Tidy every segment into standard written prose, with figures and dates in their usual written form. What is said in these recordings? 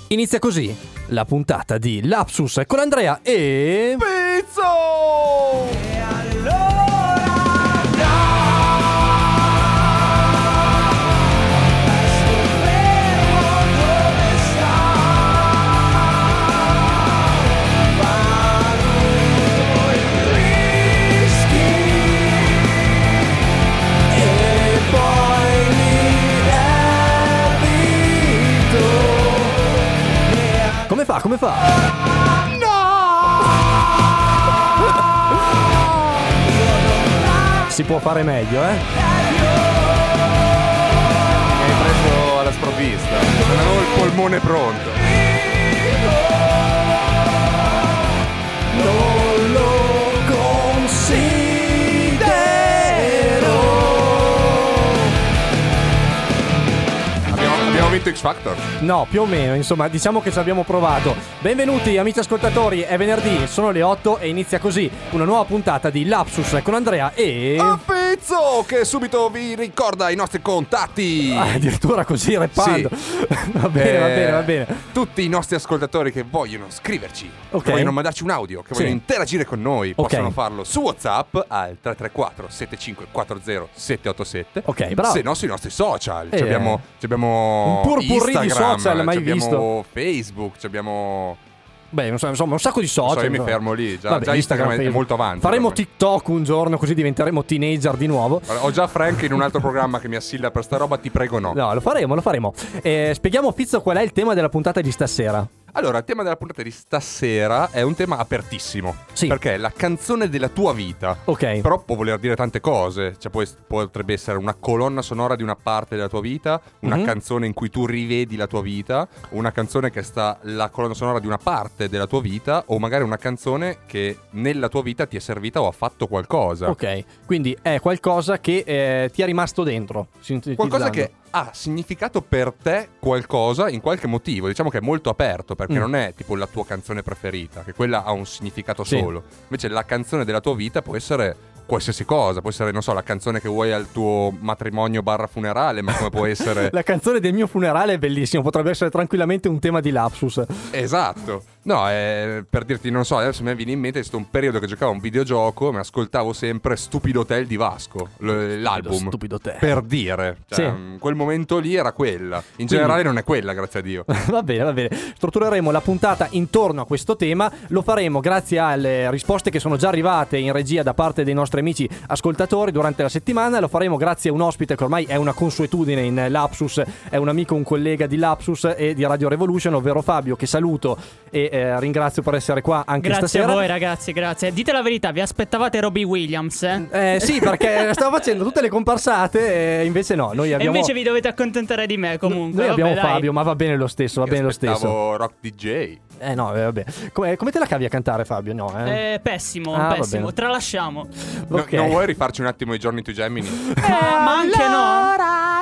Inizia così la puntata di Lapsus con Andrea e... Pizzo! E allora Come fa? Si può fare meglio, Mi hai preso alla sprovvista. Non avevo il polmone pronto. Non lo considero. Abbiamo vinto X Factor. No, più o meno, insomma, diciamo che ci abbiamo provato. Benvenuti amici ascoltatori, è venerdì, sono le 8 e inizia così una nuova puntata di Lapsus con Andrea e... Pizzo, che subito vi ricorda i nostri contatti. addirittura così reppando. Sì. Va bene. Tutti i nostri ascoltatori che vogliono scriverci, Ok. che vogliono mandarci un audio, che vogliono interagire con noi, Ok. possono farlo su WhatsApp al 334 7540 787. Ok, bravo. Se no sui nostri social. Eh. Abbiamo Un purpurri di Instagram, social mai abbiamo visto. Facebook, abbiamo... Beh, insomma, un sacco di social. io mi fermo lì. Già, Vabbè, già Instagram è Facebook. molto avanti. Faremo ormai. TikTok un giorno, così diventeremo teenager di nuovo. Ho già Frank in un altro programma che mi assilla per sta roba. Ti prego, no. No, lo faremo. Spieghiamo, Fizzo, qual è il tema della puntata di stasera. Allora, il tema della puntata di stasera è un tema apertissimo. Sì. Perché è la canzone della tua vita. Ok. Però può voler dire tante cose. Cioè, potrebbe essere una colonna sonora di una parte della tua vita, una canzone in cui tu rivedi la tua vita, una canzone che sta la colonna sonora di una parte della tua vita, o magari una canzone che nella tua vita ti è servita o ha fatto qualcosa. Ok, quindi è qualcosa che ti è rimasto dentro. Qualcosa che ha significato per te qualcosa in qualche motivo. Diciamo che è molto aperto, perché non è tipo la tua canzone preferita, che quella ha un significato Sì. solo. Invece la canzone della tua vita può essere qualsiasi cosa, può essere, non so, la canzone che vuoi al tuo matrimonio / funerale, ma come può essere... La canzone del mio funerale è bellissimo, potrebbe essere tranquillamente un tema di Lapsus. Esatto. No, per dirti, non so, adesso mi viene in mente, è stato un periodo che giocavo a un videogioco, mi ascoltavo sempre Stupido Hotel di Vasco, l'album. Stupido te. Per dire, cioè, quel momento lì era quella. In generale non è quella, grazie a Dio. Va bene. Struttureremo la puntata intorno a questo tema. Lo faremo grazie alle risposte che sono già arrivate in regia da parte dei nostri amici ascoltatori durante la settimana. Lo faremo grazie a un ospite che ormai è una consuetudine in Lapsus, è un amico, un collega di Lapsus e di Radio Revolution, ovvero Fabio, che saluto e ringrazio per essere qua anche Grazie stasera. a voi ragazzi, grazie. Dite la verità, vi aspettavate Robbie Williams? Sì, perché stavo facendo tutte le comparsate e invece no, noi E abbiamo... invece vi dovete accontentare di me comunque. Noi abbiamo Vabbè, dai. Fabio, ma va bene lo stesso, va bene lo stesso. Aspettavo Rock DJ. Vabbè. Come te la cavi a cantare, Fabio? No, Pessimo, Ah, va pessimo. bene. Tralasciamo. Ok. Non vuoi rifarci un attimo i Journey to Gemini? Ma anche no.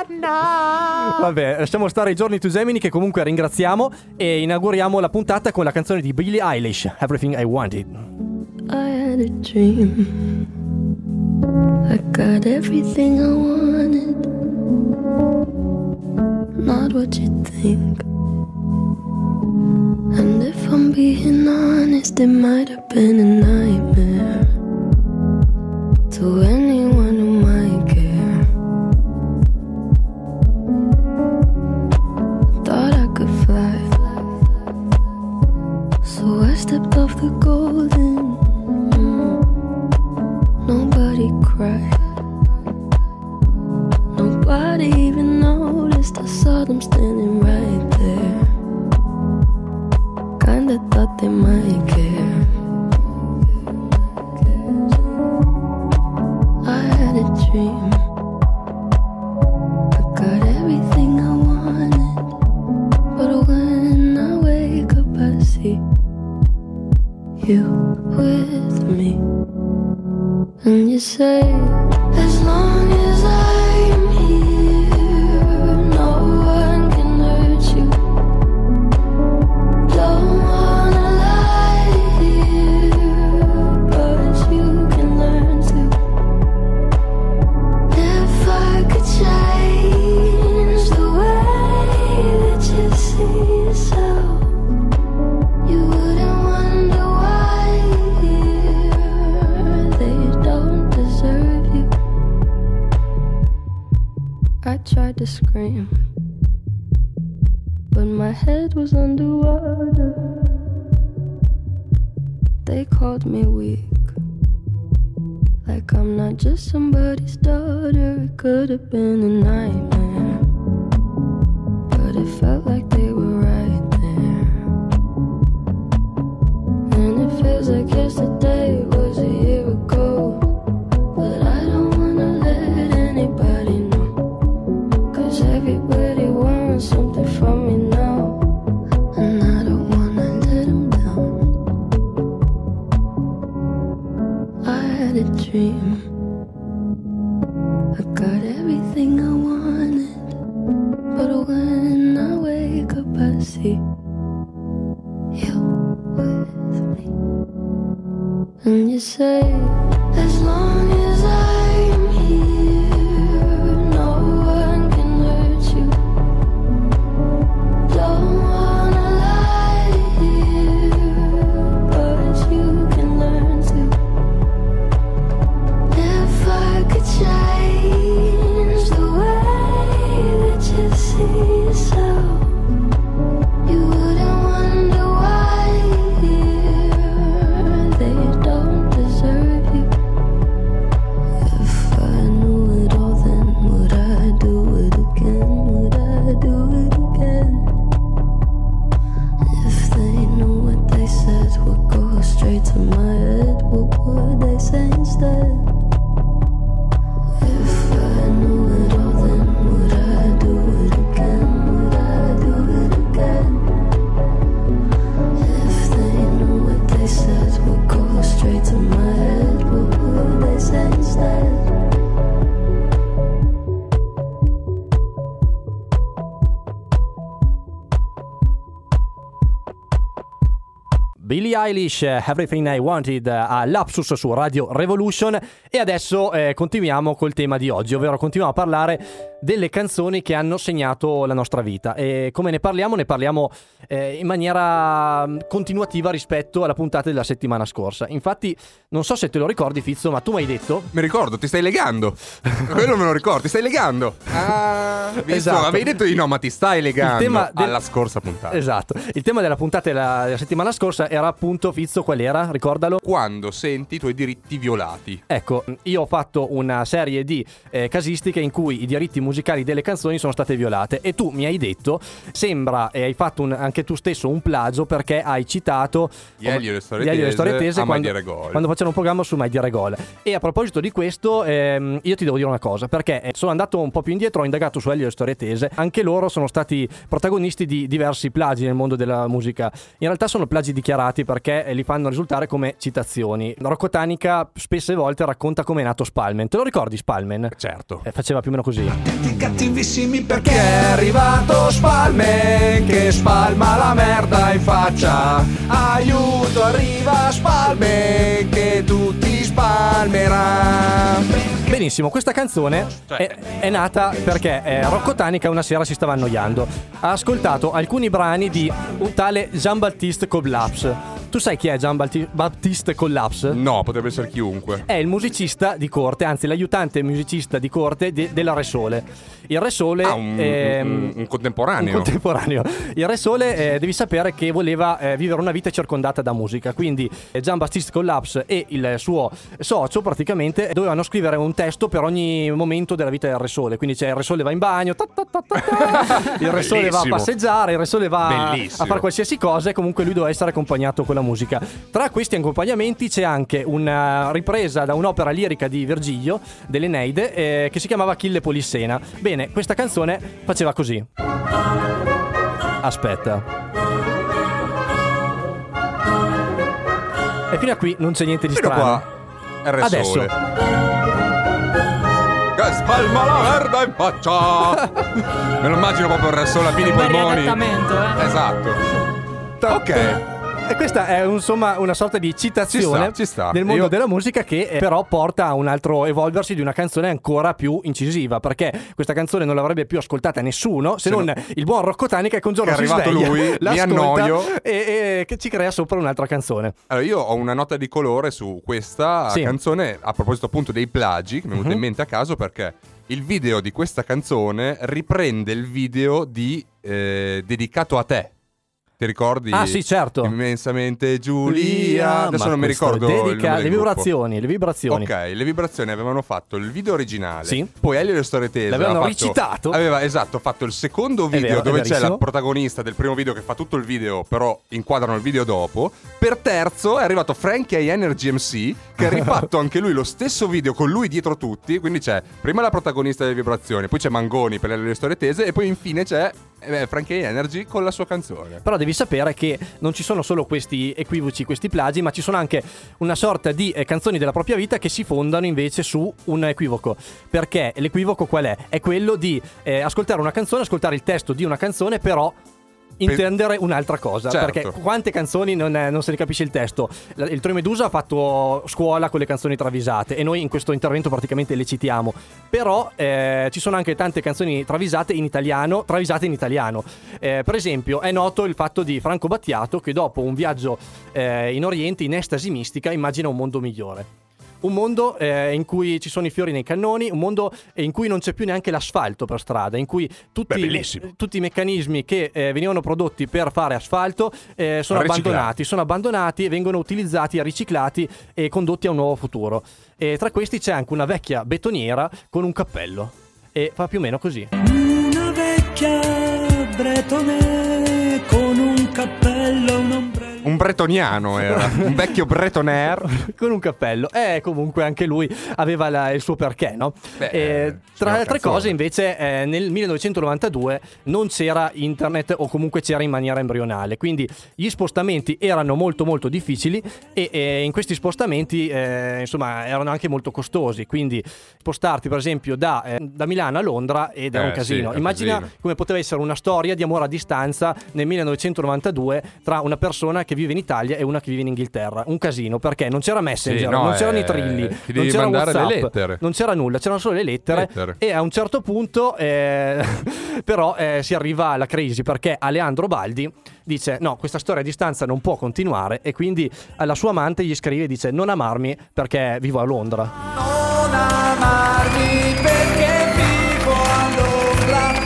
Vabbè, lasciamo stare i giorni to Gemini, che comunque ringraziamo, e inauguriamo la puntata con la canzone di Billie Eilish, Everything I Wanted. I had a dream. I got everything I wanted. Not what you think. And if I'm being honest, it might have been a nightmare to anyone who might care. Thought I could fly, so I stepped off the golden. Nobody cried, nobody even noticed. I saw them standing right there. Kinda thought they might care. I had a dream. I got everything I wanted, but when I wake up I see you with me. And you say, as long as I'm here, no one can hurt you. Don't wanna lie here, but you can learn to. If I could change the way that you see yourself, scream, but my head was underwater. They called me weak, like I'm not just somebody's daughter. It could have been a nightmare, but it felt like they were right there. And it feels like yesterday was a year ago, but I don't wanna let anybody know, 'cause everybody wants something from me now, and I don't wanna let them down. I had a dream, I got everything I wanted, but when I wake up I see you with me. And you say, as long as I'm here, no one can hurt you. Don't wanna lie here, but you can learn to. If I could change the way that you see yourself, you wouldn't wonder why they don't deserve you. If I knew it all, then would I do it again? Would I do it again? If they knew what they said would go straight to my head, what would they say instead? If I knew it all, then would I do it again? Would I do it again? If they knew what they said would go straight to my head, what would they say instead? Billie Eilish, Everything I Wanted, a Lapsus su Radio Revolution. E adesso continuiamo col tema di oggi, ovvero continuiamo a parlare delle canzoni che hanno segnato la nostra vita. E come ne parliamo in maniera continuativa rispetto alla puntata della settimana scorsa. Infatti non so se te lo ricordi, Fizzo, ma tu mi hai detto... Mi ricordo, ti stai legando. Quello me lo ricordo, ti stai legando. Visto, esatto. Avevi detto di no, ma ti stai legando tema alla scorsa puntata. Esatto. Il tema della puntata della settimana scorsa era appunto, Fizzo, qual era? Ricordalo. Quando senti i tuoi diritti violati. Ecco, io ho fatto una serie di casistiche in cui i diritti musicali delle canzoni sono state violate, e tu mi hai detto, sembra, e hai fatto anche tu stesso un plagio, perché hai citato Gli Elio e le Storie Tese quando facevano un programma su Mai Dire Gol. E a proposito di questo, io ti devo dire una cosa, perché sono andato un po' più indietro, ho indagato su Elio e le Storie Tese. Anche loro sono stati protagonisti di diversi plagi nel mondo della musica. In realtà sono plagi dichiarati, perché li fanno risultare come citazioni. Rocco Tanica spesse volte racconta come è nato Spalman. Te lo ricordi Spalman? Certo. Faceva più o meno così. Cattivissimi perché è arrivato Spalman che spalma la merda in faccia. Aiuto, arriva Spalman che tutti spalmerà. Benissimo, questa canzone è nata perché Rocco Tanica una sera si stava annoiando. Ha ascoltato alcuni brani di un tale Jean-Baptiste Collapse. Tu sai chi è Jean-Baptiste Collapse? No, potrebbe essere chiunque. È il musicista di corte, anzi l'aiutante musicista di corte della Re Sole. Il Re Sole un contemporaneo. Un contemporaneo. Il Re Sole devi sapere che voleva vivere una vita circondata da musica. Quindi Jean-Baptiste Collapse e il suo socio praticamente dovevano scrivere un testo per ogni momento della vita del Re Sole. Quindi c'è il Re Sole va in bagno, il Re Sole va a passeggiare, il Re Sole va a fare qualsiasi cosa, e comunque lui doveva essere accompagnato con la musica. Tra questi accompagnamenti c'è anche una ripresa da un'opera lirica di Virgilio dell'Eneide che si chiamava Achille Polissena. Bene, questa canzone faceva così. Aspetta. E fino a qui non c'è niente di strano. Qua è Re Adesso Sole che spalma la merda in faccia. Me lo immagino proprio il Re Sole a pieni polmoni. Esatto. Ok. E questa è insomma una sorta di citazione Ci sta. nel mondo della musica che però porta a un altro evolversi di una canzone ancora più incisiva, perché questa canzone non l'avrebbe più ascoltata nessuno se non il buon Rocco Tanica, che un giorno Che è si arrivato sveglia, lui, mi l'ascolta annoio. e che ci crea sopra un'altra canzone. Allora, io ho una nota di colore su questa Sì. canzone a proposito appunto dei plagi, che mi è venuto in mente a caso, perché il video di questa canzone riprende il video di Dedicato a te. Ti ricordi? Ah sì, certo. Immensamente Giulia. Adesso ma non mi questo ricordo il nome dedica del le gruppo. vibrazioni. Ok, le vibrazioni avevano fatto il video originale. Sì. Poi Elio e le storie tese L'avevano aveva fatto- recitato. Aveva fatto il secondo video vero, è dove c'è verissimo. la protagonista del primo video che fa tutto il video, però inquadrano il video dopo. Per terzo è arrivato Frankie Energy MC che ha rifatto anche lui lo stesso video con lui dietro tutti. Quindi c'è prima la protagonista delle vibrazioni, poi c'è Mangoni per le storie tese e poi infine c'è Frankie Energy con la sua canzone. Però devi sapere che non ci sono solo questi equivoci, questi plagi, ma ci sono anche una sorta di canzoni della propria vita che si fondano invece su un equivoco. Perché l'equivoco qual è? È quello di ascoltare una canzone, ascoltare il testo di una canzone, però intendere un'altra cosa. Certo. Perché quante canzoni non se ne capisce il testo. Il Trio Medusa ha fatto scuola con le canzoni travisate e noi in questo intervento praticamente le citiamo. Però ci sono anche tante canzoni travisate in italiano. Per esempio è noto il fatto di Franco Battiato che dopo un viaggio in Oriente in estasi mistica immagina un mondo migliore. Un mondo in cui ci sono i fiori nei cannoni, un mondo in cui non c'è più neanche l'asfalto per strada, in cui tutti i meccanismi che venivano prodotti per fare asfalto sono abbandonati e vengono utilizzati, riciclati e condotti a un nuovo futuro. E tra questi c'è anche una vecchia betoniera con un cappello e fa più o meno così. Una vecchia bretone con un cappello e un ombrello. Un bretoniano era, un vecchio bretonaire. Con un cappello. Comunque anche lui aveva il suo perché, no? Tra le altre cose invece nel 1992 non c'era internet, o comunque c'era in maniera embrionale, quindi gli spostamenti erano molto molto difficili e in questi spostamenti insomma erano anche molto costosi, quindi spostarti per esempio da Milano a Londra ed era un casino. Sì, è Immagina un casino. come poteva essere una storia di amore a distanza nel 1992 tra una persona che vive in Italia e una che vive in Inghilterra. Un casino, perché non c'era Messenger, non c'erano i trilli, ti non devi c'era mandare le WhatsApp, lettere. non c'era nulla, c'erano solo le lettere. E a un certo punto però si arriva alla crisi, perché Aleandro Baldi dice no, questa storia a distanza non può continuare, e quindi alla sua amante gli scrive e dice non amarmi perché vivo a Londra. Non amarmi perché vivo a Londra.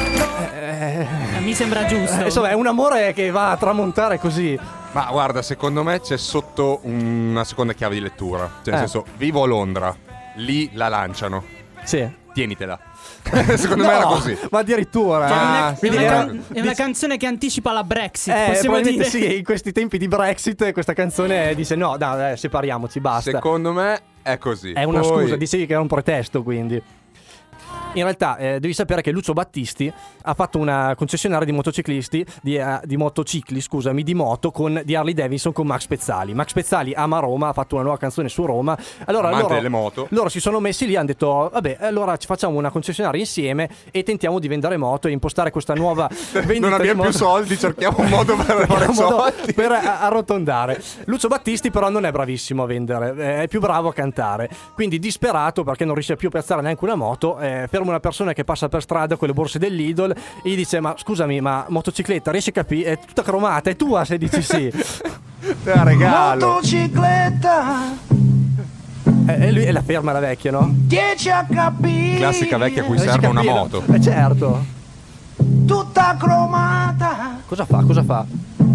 Mi sembra giusto. Insomma è un amore che va a tramontare così. Ma guarda, secondo me c'è sotto una seconda chiave di lettura. Cioè, nel senso, vivo a Londra, lì la lanciano. Sì. Tienitela. Secondo me era così. Ma addirittura È una canzone che anticipa la Brexit, possiamo probabilmente dire. sì, in questi tempi di Brexit questa canzone dice no, dai, separiamoci, basta. Secondo me è così. È una Poi- scusa, dicevi che era un pretesto, quindi. In realtà devi sapere che Lucio Battisti ha fatto una concessionaria di motociclisti di motocicli, scusami, di moto di Harley Davidson con Max Pezzali. Max Pezzali ama Roma, ha fatto una nuova canzone su Roma. Allora Amante delle moto. loro si sono messi lì e hanno detto vabbè, allora ci facciamo una concessionaria insieme e tentiamo di vendere moto e impostare questa nuova vendita. Non abbiamo di più moto. soldi, cerchiamo un modo per fare Un modo soldi. per arrotondare. Lucio Battisti però non è bravissimo a vendere, è più bravo a cantare. Quindi disperato perché non riesce più a piazzare neanche una moto, ferma una persona che passa per strada con le borse dell'Idol e gli dice ma scusami, ma motocicletta riesci a capire? È tutta cromata, è tua se dici sì. Te la regalo. Motocicletta E la ferma la vecchia, no? 10 HP. Classica vecchia a cui Riesci a serve una capire? moto. Certo. Tutta cromata. Cosa fa?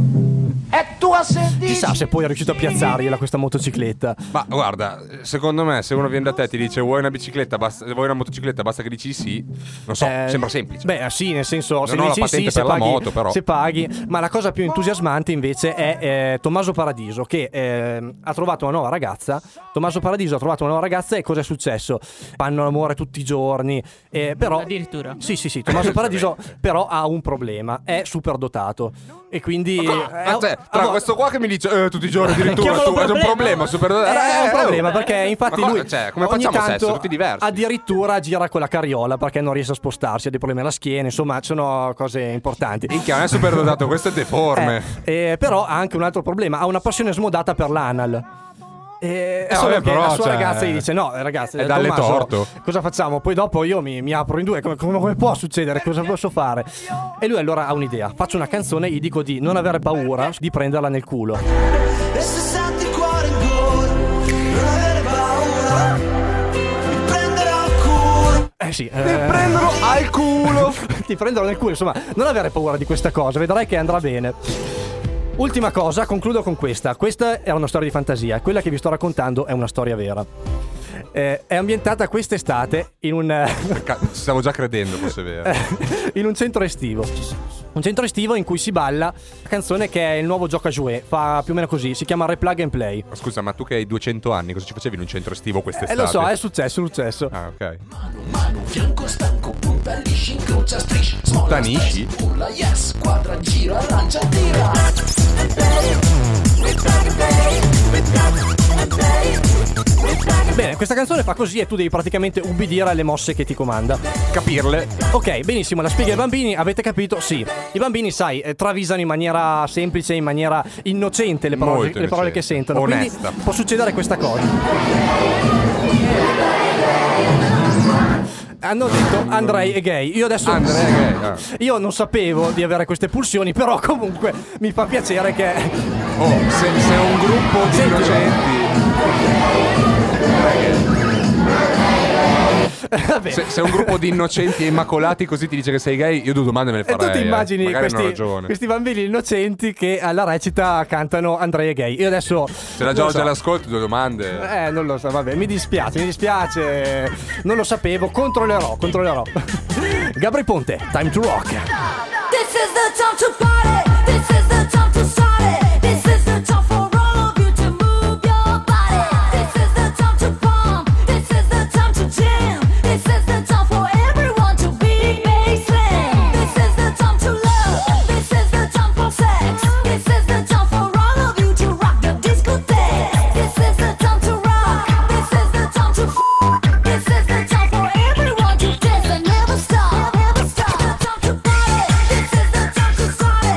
È tua se dici. Chissà se poi è riuscito a piazzargliela questa motocicletta. Ma guarda, secondo me se uno viene da te e ti dice vuoi una bicicletta, vuoi una motocicletta, basta che dici sì. Non so, sembra semplice. Beh, sì, nel senso, se Non ho dici la patente sì, per la moto, però. se paghi. Ma la cosa più entusiasmante invece è Tommaso Paradiso, che ha trovato una nuova ragazza. Tommaso Paradiso ha trovato una nuova ragazza e cosa è successo? Fanno l'amore tutti i giorni. Però Addirittura. Sì, Tommaso Paradiso però ha un problema, è superdotato. E quindi Ma tra sto qua che mi dice tutti i giorni addirittura Chiamalo tu, è un problema. problema super. È un problema perché infatti Ma lui cioè, come ogni facciamo tanto sesso? Tutti diversi. addirittura gira con la carriola perché non riesce a spostarsi, ha dei problemi alla schiena, insomma ci sono cose importanti. Minchia, non è super dotato, questo è deforme. Però ha anche un altro problema, ha una passione smodata per l'anal. Solo vabbè, che però, la sua cioè, ragazza gli dice: no ragazzi, è dalle Tommaso, torto. cosa facciamo? Poi dopo io mi apro in due, come può succedere? Cosa posso fare? E lui allora ha un'idea, faccio una canzone e gli dico di non avere paura di prenderla nel culo. E se senti il cuore in gola, non avere paura, mi prenderò al culo. Sì, Ti prendono al culo. ti prendono nel culo, insomma, non avere paura di questa cosa, vedrai che andrà bene. Ultima cosa, concludo con questa. Questa era una storia di fantasia, quella che vi sto raccontando è una storia vera. È ambientata quest'estate in un Ci stavo già credendo fosse vero. in un centro estivo. Un centro estivo in cui si balla la canzone che è il nuovo gioco a jouet, fa più o meno così, si chiama Replug and Play. Ma scusa, ma tu che hai 200 anni, cosa ci facevi in un centro estivo quest'estate? Lo so, è successo. Ah, ok. Mano, fianco stanco, punta lisci, incrocia strisci, smolla, Tanisci? stessa, urla, yes, quadra, gira, lancia, tira. Bene, questa canzone fa così e tu devi praticamente ubbidire alle mosse che ti comanda. Capirle. Ok, benissimo, la spiega ai bambini, avete capito? Sì. I bambini, sai, travisano in maniera semplice, in maniera innocente le parole, Molto le parole che innocente. sentono. Onesta. Quindi può succedere questa cosa. Hanno detto Andrei è gay. Io adesso Andrei è gay, ah. Io non sapevo di avere queste pulsioni, però comunque mi fa piacere che Oh, se è un gruppo di Senti. innocenti. vabbè. Se è un gruppo di innocenti e immacolati così ti dice che sei gay, io due domande me le E farei. tu ti immagini Magari hanno ragione. questi bambini innocenti che alla recita cantano Andrei è gay. Io adesso Se la non Giorgia so. l'ascolti, due domande. Non lo so, vabbè, mi dispiace. Non lo sapevo, controllerò. Gabri Ponte, Time to Rock. This is the time to party. This is the time to start it. This is the time for all of you to move your body. This is the time to pump. This is the time to jam. This is the time for everyone to be baseline. This is the time to love. This is the time for sex. This is the time for all of you to rock the discotheque. This is the time to rock. This is the time to This is the time for everyone to dance and never stop. Never stop. Time to party. This is the time to start it.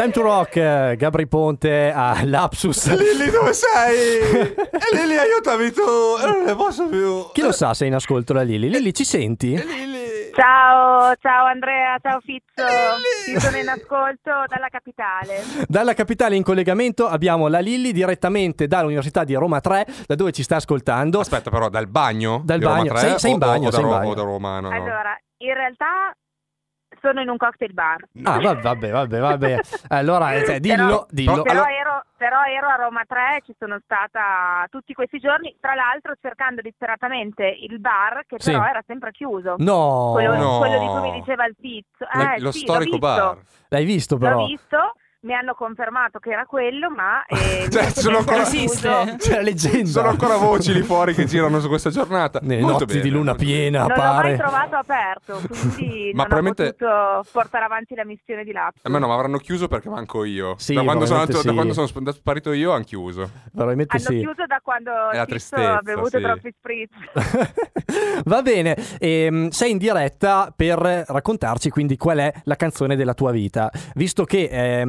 Time to Rock, Gabri Ponte a Lapsus. Lilli, dove sei? Lilli, aiutami tu. Non ne posso più. Chi lo sa se è in ascolto la Lilli? Lilli, ci senti? Ciao Andrea, ciao Fizzo. Ti sono in ascolto dalla capitale. Dalla capitale in collegamento abbiamo la Lilli direttamente dall'Università di Roma 3, da dove ci sta ascoltando. Aspetta, però, dal bagno? Dal di Roma bagno. 3, Sei in bagno, o sei in bagno. o da Roma? No. Allora, in realtà sono in un cocktail bar. Ah, vabbè. Allora, dillo. Però ero a Roma 3, ci sono stata tutti questi giorni, tra l'altro cercando disperatamente il bar che però era sempre chiuso. No. Quello di cui mi diceva il Fizzo. Lo sì, storico l'ho visto. bar. L'hai visto però? L'ho visto. Mi hanno confermato che era quello, ma sono ancora esiste. C'è la leggenda. Sono ancora voci lì fuori che girano su questa giornata. Nelle Molto notti bene, di luna molto piena, non l'ho mai pare. trovato aperto, quindi Ma non probabilmente- ho potuto portare avanti la missione di Lapsus. Ma no, ma avranno chiuso perché manco io. Sì, da quando sono probabilmente andato, sparito io, hanno chiuso. Probabilmente Hanno sì. chiuso da quando È la Fizzo tristezza, ha bevuto sì. troppi spritz. Va bene, sei in diretta per raccontarci quindi qual è la canzone della tua vita. Visto che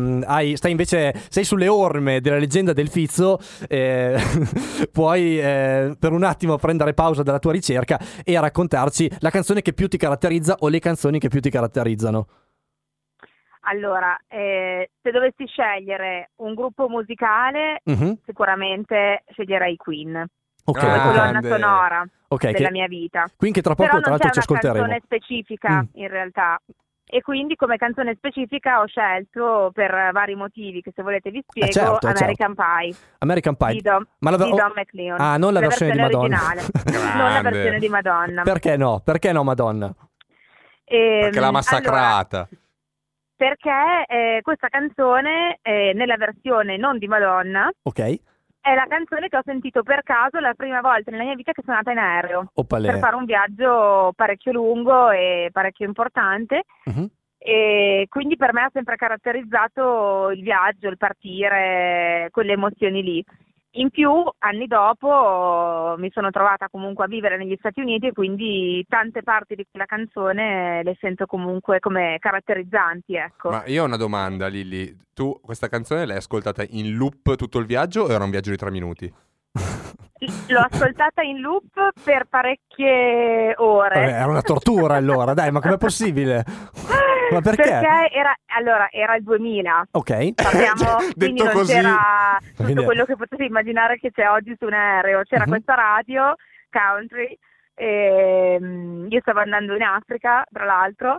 sei sulle orme della leggenda del Fizzo, puoi per un attimo prendere pausa dalla tua ricerca e raccontarci la canzone che più ti caratterizza o le canzoni che più ti caratterizzano. Allora, se dovessi scegliere un gruppo musicale, Mhm. sicuramente sceglierei Queen, Ok, come Ah, ok. colonna grande. sonora Ok, della mia vita. Quindi che tra Però poco non tra l'altro c'è ci una ascolteremo. canzone specifica in realtà. E quindi come canzone specifica ho scelto, per vari motivi che se volete vi spiego, certo, American Pie American Pie. di Don McLeod. Ah, non la versione di Madonna. originale, non la Grande. versione di Madonna. Perché no? Perché no, Madonna? Perché l'ha Allora, massacrata. perché questa canzone, nella versione non di Madonna, Ok. è la canzone che ho sentito per caso la prima volta nella mia vita che sono andata in aereo Oppalè. per fare un viaggio parecchio lungo e parecchio importante. Mhm. E quindi per me ha sempre caratterizzato il viaggio, il partire, quelle emozioni lì. In più, anni dopo, mi sono trovata comunque a vivere negli Stati Uniti e quindi tante parti di quella canzone le sento comunque come caratterizzanti, ecco. Ma io ho una domanda, Lilli. Tu questa canzone l'hai ascoltata in loop tutto il viaggio o era un viaggio di 3 minuti? L'ho ascoltata in loop per parecchie ore. Vabbè, era una tortura allora, dai, ma com'è possibile? Ma perché? Era il 2000. Ok. Sappiamo, quindi Detto non così. c'era tutto Quindi- quello che potevi immaginare che c'è oggi su un aereo. C'era Mhm. questa radio country, e io stavo andando in Africa, tra l'altro,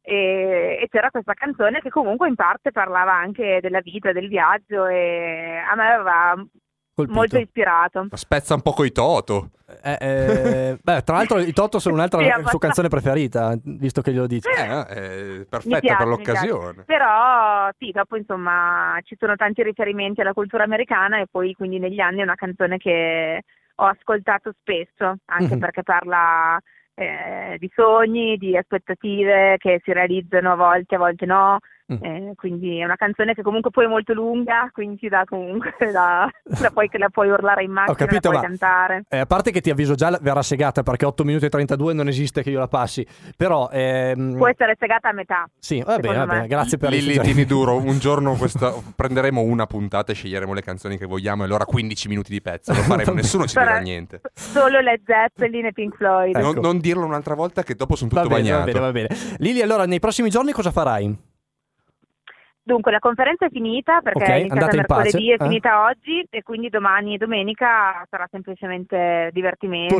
e c'era questa canzone che comunque in parte parlava anche della vita, del viaggio, e a me aveva Colpito. molto ispirato. Ma spezza un po' coi Toto. Beh, tra l'altro i Toto sono un'altra Sì, sua abbastanza. canzone preferita, visto che glielo dici. Perfetta Mi piace, per mi l'occasione. piace. Però sì, dopo insomma ci sono tanti riferimenti alla cultura americana e poi quindi negli anni è una canzone che ho ascoltato spesso, anche Mhm. perché parla di sogni, di aspettative che si realizzano a volte no. Quindi è una canzone che comunque poi è molto lunga, quindi ti dà comunque la puoi urlare in macchina, Ho capito, la ma puoi cantare. a parte che ti avviso già verrà segata perché 8 minuti e 32 non esiste che io la passi. Però Può essere segata a metà. sì, va bene, secondo me. grazie per il Lilli, tieni duro, un giorno prenderemo una puntata e sceglieremo le canzoni che vogliamo e allora 15 minuti di pezzo lo faremo, nessuno ci dirà Sarà niente. Solo Led Zeppelin e Pink Floyd. Ecco. Non dirlo un'altra volta che dopo sono Va tutto bene, bagnato. va bene. Lili, allora nei prossimi giorni cosa farai? Dunque la conferenza è finita perché Ok, è iniziata andate in mercoledì, pace, è finita oggi e quindi domani e domenica sarà semplicemente divertimento.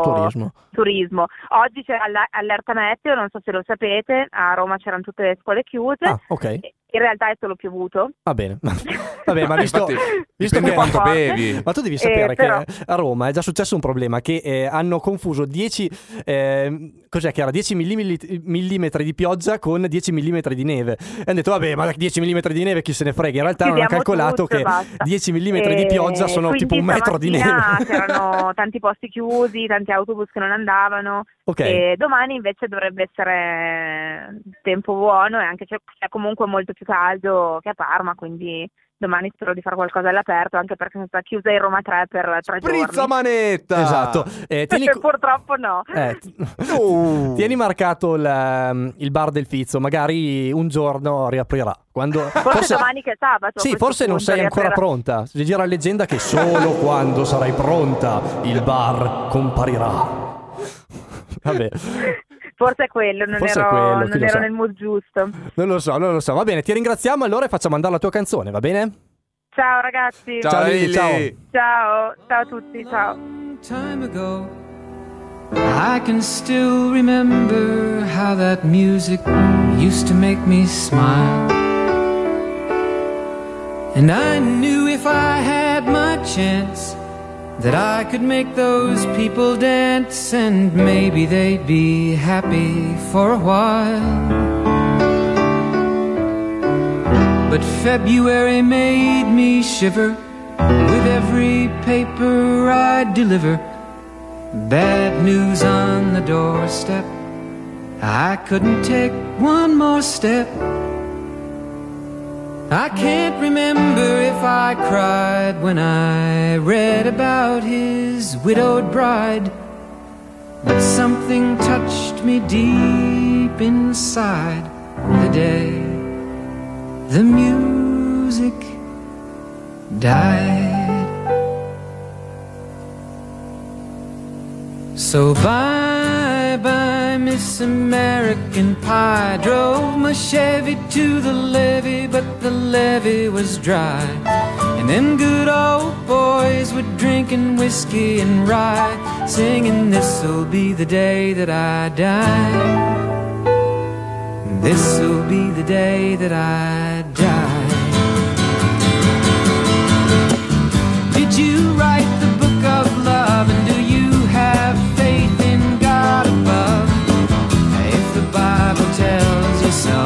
Turismo. Oggi c'è allerta meteo, non so se lo sapete, a Roma c'erano tutte le scuole chiuse. Ah, ok. In realtà è solo piovuto. Va bene. Vabbè, ma visto Dipende che quanto bevi. Ma tu devi sapere però- che a Roma è già successo un problema che hanno confuso 10 cos'è che era 10 millimetri di pioggia con 10 millimetri di neve. E hanno detto vabbè, ma 10 millimetri di neve chi se ne frega. In realtà non hanno Chiudiamo calcolato tutto e che basta. 10 millimetri di pioggia sono Quindi tipo un metro di neve. stamattina c'erano tanti posti chiusi, tanti autobus che non andavano. Ok. E domani invece dovrebbe essere tempo buono e anche c'è comunque molto più più caldo che a Parma, quindi domani spero di fare qualcosa all'aperto, anche perché sono stata chiusa in Roma 3 per 3 giorni. Sprizza manetta! Esatto. Purtroppo no. Tieni marcato il bar del Fizzo, magari un giorno riaprirà. Forse domani che è sabato. Sì, forse non sei ancora pronta. Si gira la leggenda che solo quando sarai pronta il bar comparirà. Vabbè. Forse è quello, non ero nel mood giusto. Non lo so. Va bene, ti ringraziamo allora e facciamo andare la tua canzone, va bene? Ciao ragazzi. Ciao Lily. Ciao a tutti, ciao. Time ago, I can still remember how that music used to make me smile. And I knew if I had my chance that I could make those people dance, and maybe they'd be happy for a while. But February made me shiver with every paper I deliver. Bad news on the doorstep, I couldn't take one more step. I can't remember if I cried when I read about his widowed bride, but something touched me deep inside the day the music died. So bye-bye, Miss American Pie. Drove my Chevy to the levee, but the levee was dry. And them good old boys were drinking whiskey and rye, singing, this'll be the day that I die. This'll be the day that I die. Did you write the book of love, and do you have faith in God above? If the Bible tells you so.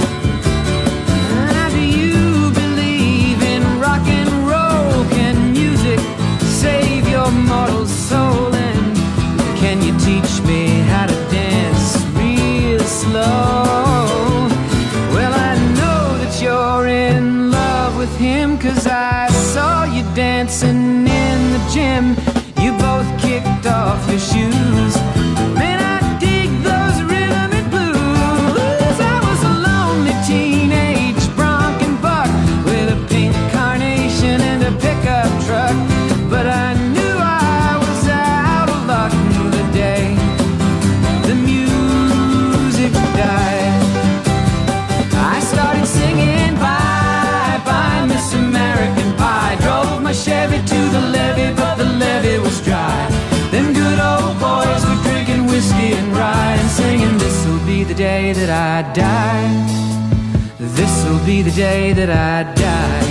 Do you believe in rock and roll? Can music save your mortal soul? And can you teach me how to dance real slow? Well, I know that you're in love with him, 'cause I saw you dancing in the gym. You both kicked off your shoes. Man, I dig those rhythm and blues. I was a lonely teenage bronc and buck with a pink carnation and a pickup truck, but I knew I was out of luck the day the music died. I started singing bye-bye, Miss American Pie. Drove my Chevy to the levee, but the levee was dry. Them good old boys were drinking whiskey and rye, and singing, this'll be the day that I die. This'll be the day that I die.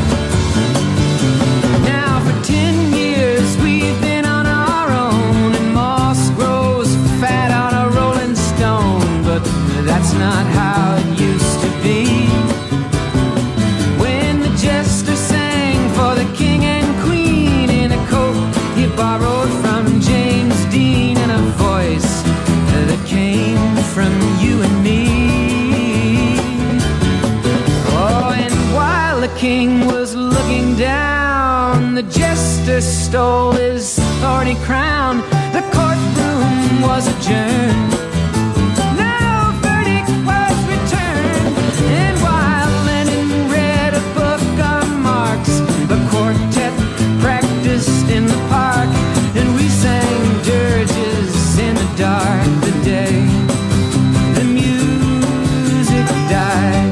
Now for 10 years we've been on our own, and moss grows fat on a rolling stone, but that's not how it used to be. When the jester sang for the king and queen in a coat he borrowed from James Dean, and a voice that came from you and me. Oh, and while the king was looking down, the jester stole his thorny crown. The courtroom was adjourned. No verdict was returned. And while Lenin read a book on Marx, the quartet practiced in the park, and we sang dirges in the dark the day the music died.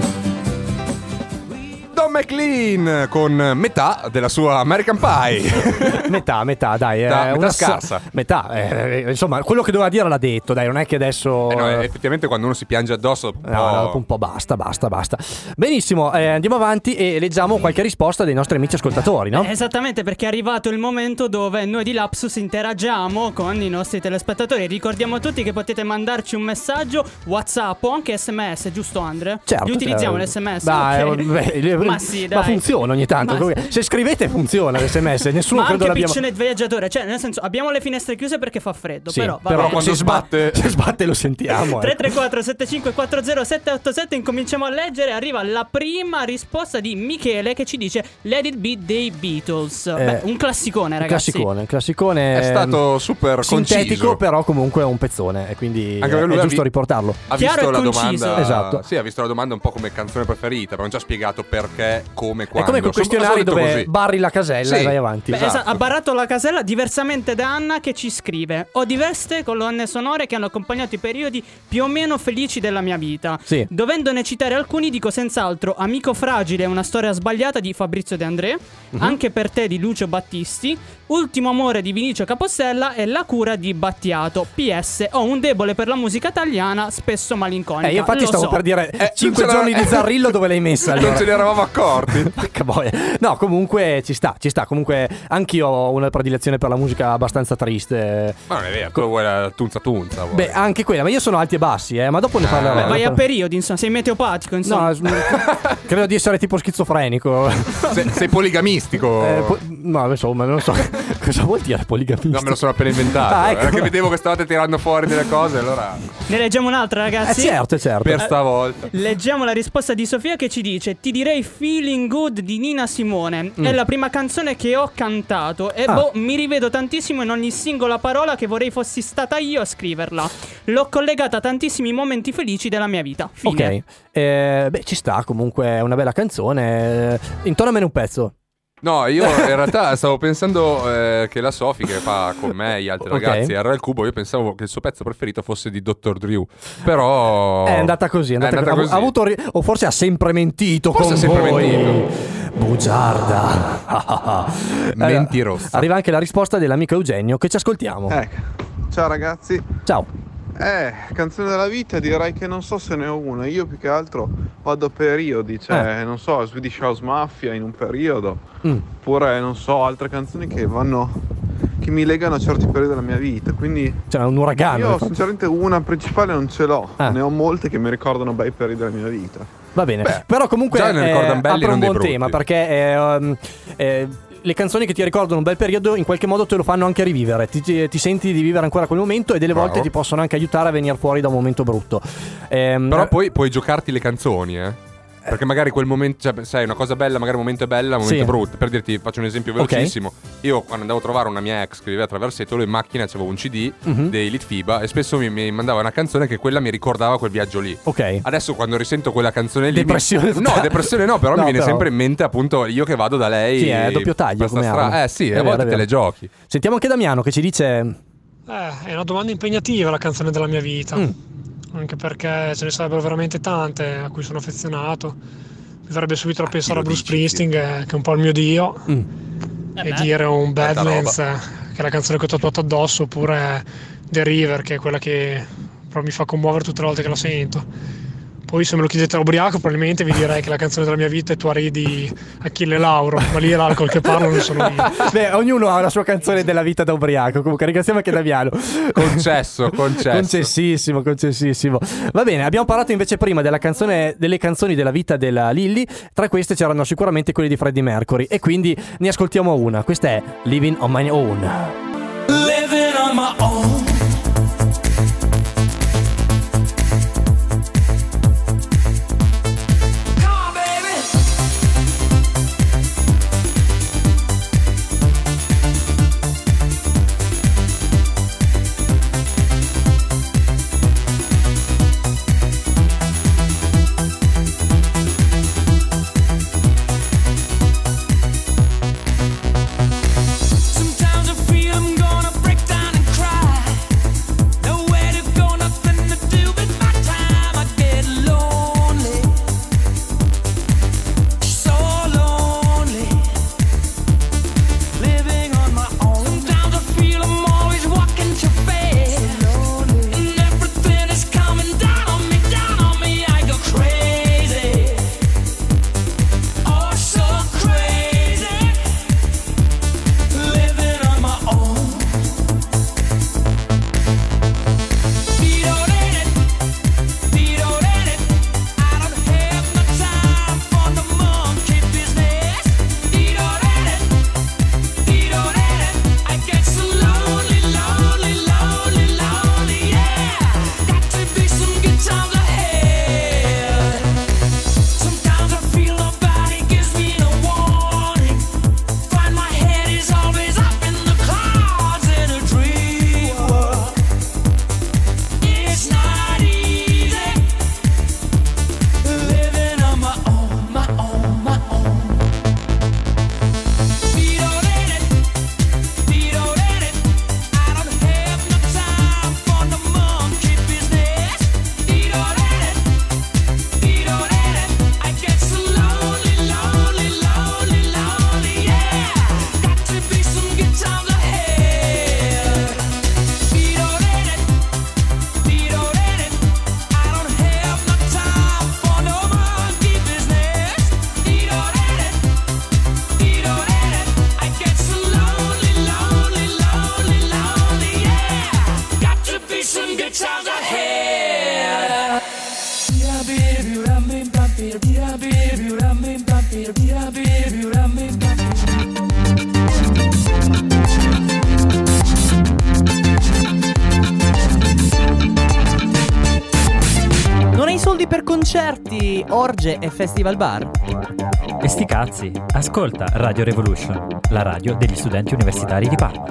Don McLean con metà della sua American Pie. Metà, dai. Metà scarsa. Insomma, quello che doveva dire l'ha detto, dai, non è che adesso... No, effettivamente quando uno si piange addosso dopo un po' basta. Benissimo, andiamo avanti e leggiamo qualche risposta dei nostri amici ascoltatori, no? Esattamente, perché è arrivato il momento dove noi di Lapsus interagiamo con i nostri telespettatori. Ricordiamo a tutti che potete mandarci un messaggio WhatsApp o anche SMS, giusto Andre? Certo. Li utilizziamo l'SMS? Dai, Ok. Ma sì, dai. Ma funziona ogni tanto. Ma Comunque, se scrivete funziona l'SMS, nessuno Ma credo anche l'abbiamo. piccionet viaggiatore, cioè nel senso abbiamo le finestre chiuse perché fa freddo, Sì, però quando se sbatte- se sbatte lo sentiamo. 334 7540 787, incominciamo a leggere. Arriva la prima risposta di Michele che ci dice Let It Be dei Beatles. Beh, un classicone, ragazzi. Classicone. È stato super sintetico, conciso. però comunque è un pezzone e quindi Anche perché lui è ha giusto vi- riportarlo. Ha Chiaro visto e la conciso. domanda. Esatto. Sì, ha visto la domanda un po' come canzone preferita, però non ci ha spiegato perché, come, È quando. come quei questionari Sono dove così. barri la casella Sì. e vai avanti. Beh, Esatto. ha barrato la casella diversamente da Anna che ci scrive: ho diverse colonne sonore che hanno accompagnato i periodi più o meno felici della mia vita. Sì. Dovendone citare alcuni dico senz'altro Amico fragile è una storia sbagliata di Fabrizio De André, Anche per te di Lucio Battisti, Ultimo amore di Vinicio Capostella e La cura di Battiato. PS, ho un debole per la musica italiana, spesso malinconica. Io infatti Lo stavo so. per dire non 5 ce giorni l'era- di Zarrillo dove l'hai messa allora? Non ce ne eravamo accorti. Porca boia. No, comunque ci sta. Comunque anch'io ho una predilezione per la musica abbastanza triste. Ma non è vero, tu vuoi la tunza. Vuoi. Beh, anche quella, ma io sono alti e bassi, ma dopo ne parlerò. Beh, vai a Dopo- periodi, insomma, sei meteopatico, insomma. No, credo di essere tipo schizofrenico. Sei poligamistico. No, insomma, non so cosa vuol dire poligamista. No, me lo sono appena inventato. Ah, ecco. Era che vedevo che stavate tirando fuori delle cose, allora. Ne leggiamo un'altra, ragazzi. certo. Per stavolta. Leggiamo la risposta di Sofia che ci dice: ti direi Feeling Good di Nina Simone. È la prima canzone che ho cantato e mi rivedo tantissimo in ogni singola parola che vorrei fossi stata io a scriverla. L'ho collegata a tantissimi momenti felici della mia vita. Fine. Ok. Beh, ci sta, comunque è una bella canzone. Intonamene un pezzo. No, io in realtà stavo pensando che la Sofi che fa con me gli altri Ok. ragazzi a Real Cubo, io pensavo che il suo pezzo preferito fosse di Dr. Drew. Però È andata così, è andata così. Ha avuto o forse ha sempre mentito Forse con ha sempre voi. mentito. Bugiarda. Mentirosa. Arriva anche la risposta dell'amico Eugenio che ci ascoltiamo. Ecco, ciao ragazzi. Ciao. Canzone della vita direi che non so se ne ho una. Io più che altro vado a periodi, cioè non so, Swedish House Mafia in un periodo, oppure non so, altre canzoni che mi legano a certi periodi della mia vita. Quindi C'è un uragano. io infatti. sinceramente una principale non ce l'ho, ne ho molte che mi ricordano bei periodi della mia vita. Va bene. Beh, però comunque già ne ricordano belli, apre non un dei buon brutti. tema perché le canzoni che ti ricordano un bel periodo in qualche modo te lo fanno anche rivivere. Ti senti di vivere ancora quel momento e delle Bravo. volte ti possono anche aiutare a venire fuori da un momento brutto. Però poi puoi giocarti le canzoni, Perché magari quel momento, cioè, sai, una cosa bella, magari un momento è bella, un momento è brutto. Per dirti, faccio un esempio velocissimo. Io quando andavo a trovare una mia ex che viveva a Traversetolo, in macchina c'avevo un CD dei Litfiba e spesso mi mandava una canzone che quella mi ricordava quel viaggio lì. Ok. Adesso quando risento quella canzone lì Depressione No, totale. depressione no, però No, mi viene però. sempre in mente appunto io che vado da lei. Sì, è doppio taglio per sta come arma. sì, È a volte vero, te le giochi. Sentiamo anche Damiano che ci dice È una domanda impegnativa la canzone della mia vita, anche perché ce ne sarebbero veramente tante a cui sono affezionato. Mi verrebbe subito da pensare a Bruce Springsteen, che è un po' il mio dio, e dire un Badlands, che è la canzone che ho tatuato addosso, oppure The River, che è quella che proprio mi fa commuovere tutte le volte che la sento. Poi se me lo chiedete a ubriaco probabilmente vi direi che la canzone della mia vita è Tuareg di Achille Lauro, ma lì è l'alcol che parlo, non sono io. Beh, ognuno ha la sua canzone della vita da ubriaco. Comunque ringraziamo anche Damiano. Concesso. Concessissimo. Va bene, abbiamo parlato invece prima delle canzoni della vita della Lilly. Tra queste c'erano sicuramente quelle di Freddie Mercury e quindi ne ascoltiamo una. Questa è Living on My Own. Living on my own. Sometimes I feel I'm gonna break down and cry. Non hai soldi per concerti, orge e festival bar? E sti cazzi, ascolta Radio Revolution, la radio degli studenti universitari di Parma.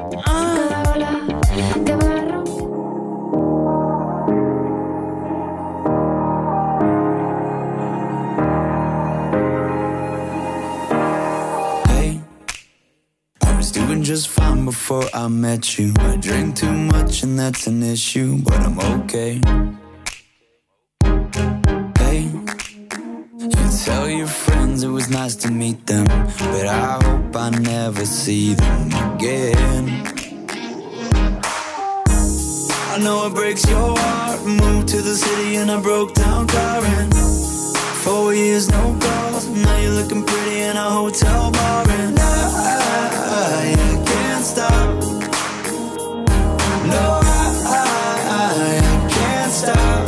Hey, I was doing just fine before I met you. I drink too much and that's an issue, but I'm okay. Tell your friends it was nice to meet them, but I hope I never see them again. I know it breaks your heart. Moved to the city and I broke down crying. 4 years, no calls. Now you're looking pretty in a hotel bar, and I can't stop. No, I can't stop.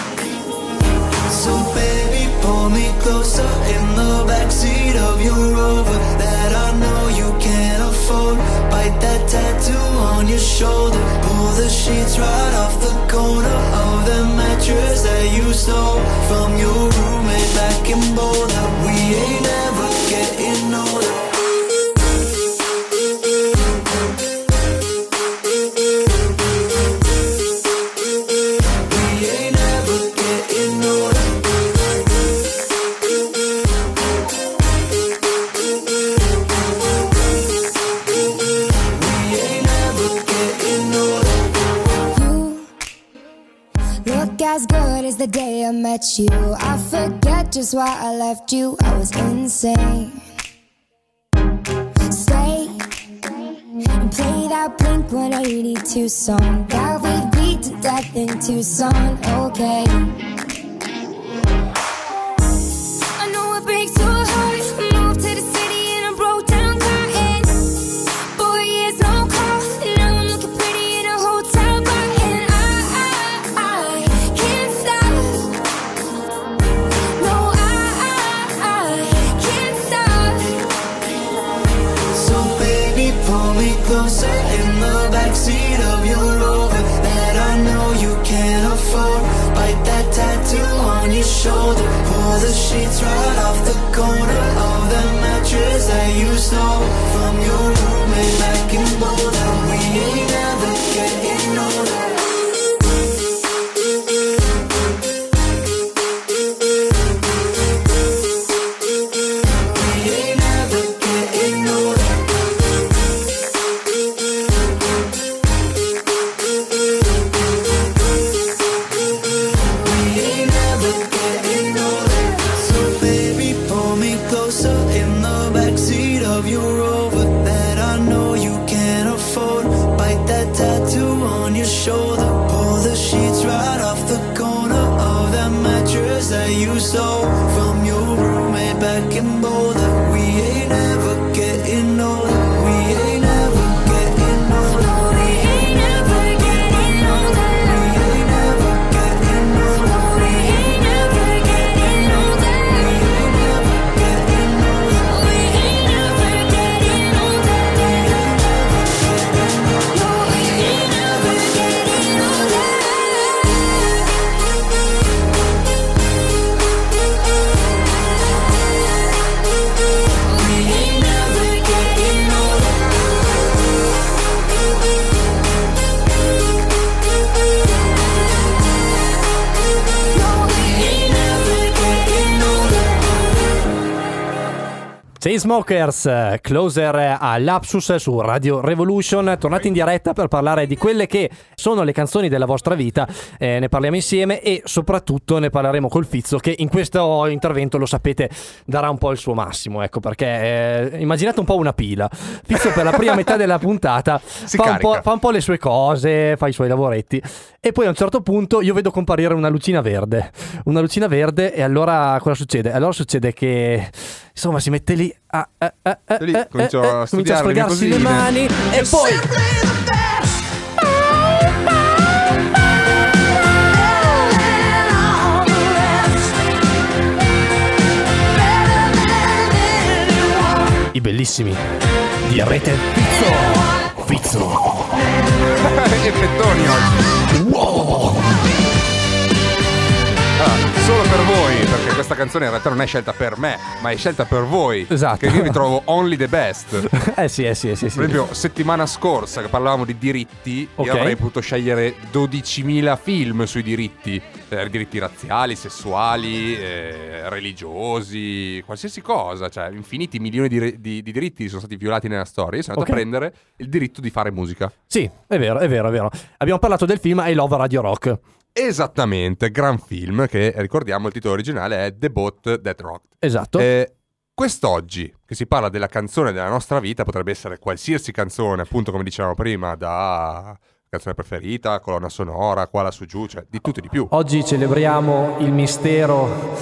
So baby, pull me closer in the backseat of your Rover that I know you can't afford. Bite that tattoo on your shoulder. Pull the sheets right off the corner of the mattress that you stole from your roommate back in Boulder. We ain't ever getting older. As good as the day I met you. I forget just why I left you. I was insane. Stay and play that Blink-182 song that we beat to death in Tucson. Okay. I know it breaks your heart. Moved to the city and I broke down crying. 4 years, no call. Now I'm looking pretty in a hotel bar. And I can't stop. No, I can't stop. So baby, pull me closer in the backseat of your Rover that I know you can't afford. Bite that tattoo on your shoulder. Pull the sheets right off the corner of the mattress that you stole from your roommate back in Boulder. We ain't ever getting older. Shoulder, pull the sheets right off the corner of that mattress that you stole from your roommate back in Boulder. We ain't ever getting older. We ain't ever getting older. We ain't ever getting older. We ain't ever getting older. We ain't ever getting older. We ain't ever getting older. We ain't ever getting older. We ain't ever getting older. Chainsmokers, Closer a Lapsus su Radio Revolution, tornati in diretta per parlare di quelle che sono le canzoni della vostra vita, ne parliamo insieme e soprattutto ne parleremo col Fizzo che in questo intervento, lo sapete, darà un po' il suo massimo, ecco perché immaginate un po' una pila. All'inizio, per la prima metà della puntata, fa un po' le sue cose, fa i suoi lavoretti, e poi a un certo punto io vedo comparire una lucina verde, e allora cosa succede? Allora succede che insomma si mette lì, comincia a sfregarsi le mani e poi i bellissimi di Rete Fizzo. Effettoni oggi. Wow. Solo per voi, perché questa canzone in realtà non è scelta per me, ma è scelta per voi. Esatto. Che io vi trovo only the best. Sì. Per esempio, settimana scorsa che parlavamo di diritti, io avrei potuto scegliere 12.000 film sui diritti. Diritti razziali, sessuali, religiosi, qualsiasi cosa. Cioè, infiniti milioni di diritti sono stati violati nella storia. Io sono andato a prendere il diritto di fare musica. Sì, è vero. Abbiamo parlato del film I Love Radio Rock. Esattamente, gran film che, ricordiamo, il titolo originale è The Boat That Rocked. Esatto. Quest'oggi, che si parla della canzone della nostra vita, potrebbe essere qualsiasi canzone, appunto come dicevamo prima, da canzone preferita, colonna sonora, qua, là, su, giù, cioè di tutto e di più. Oggi celebriamo il mistero...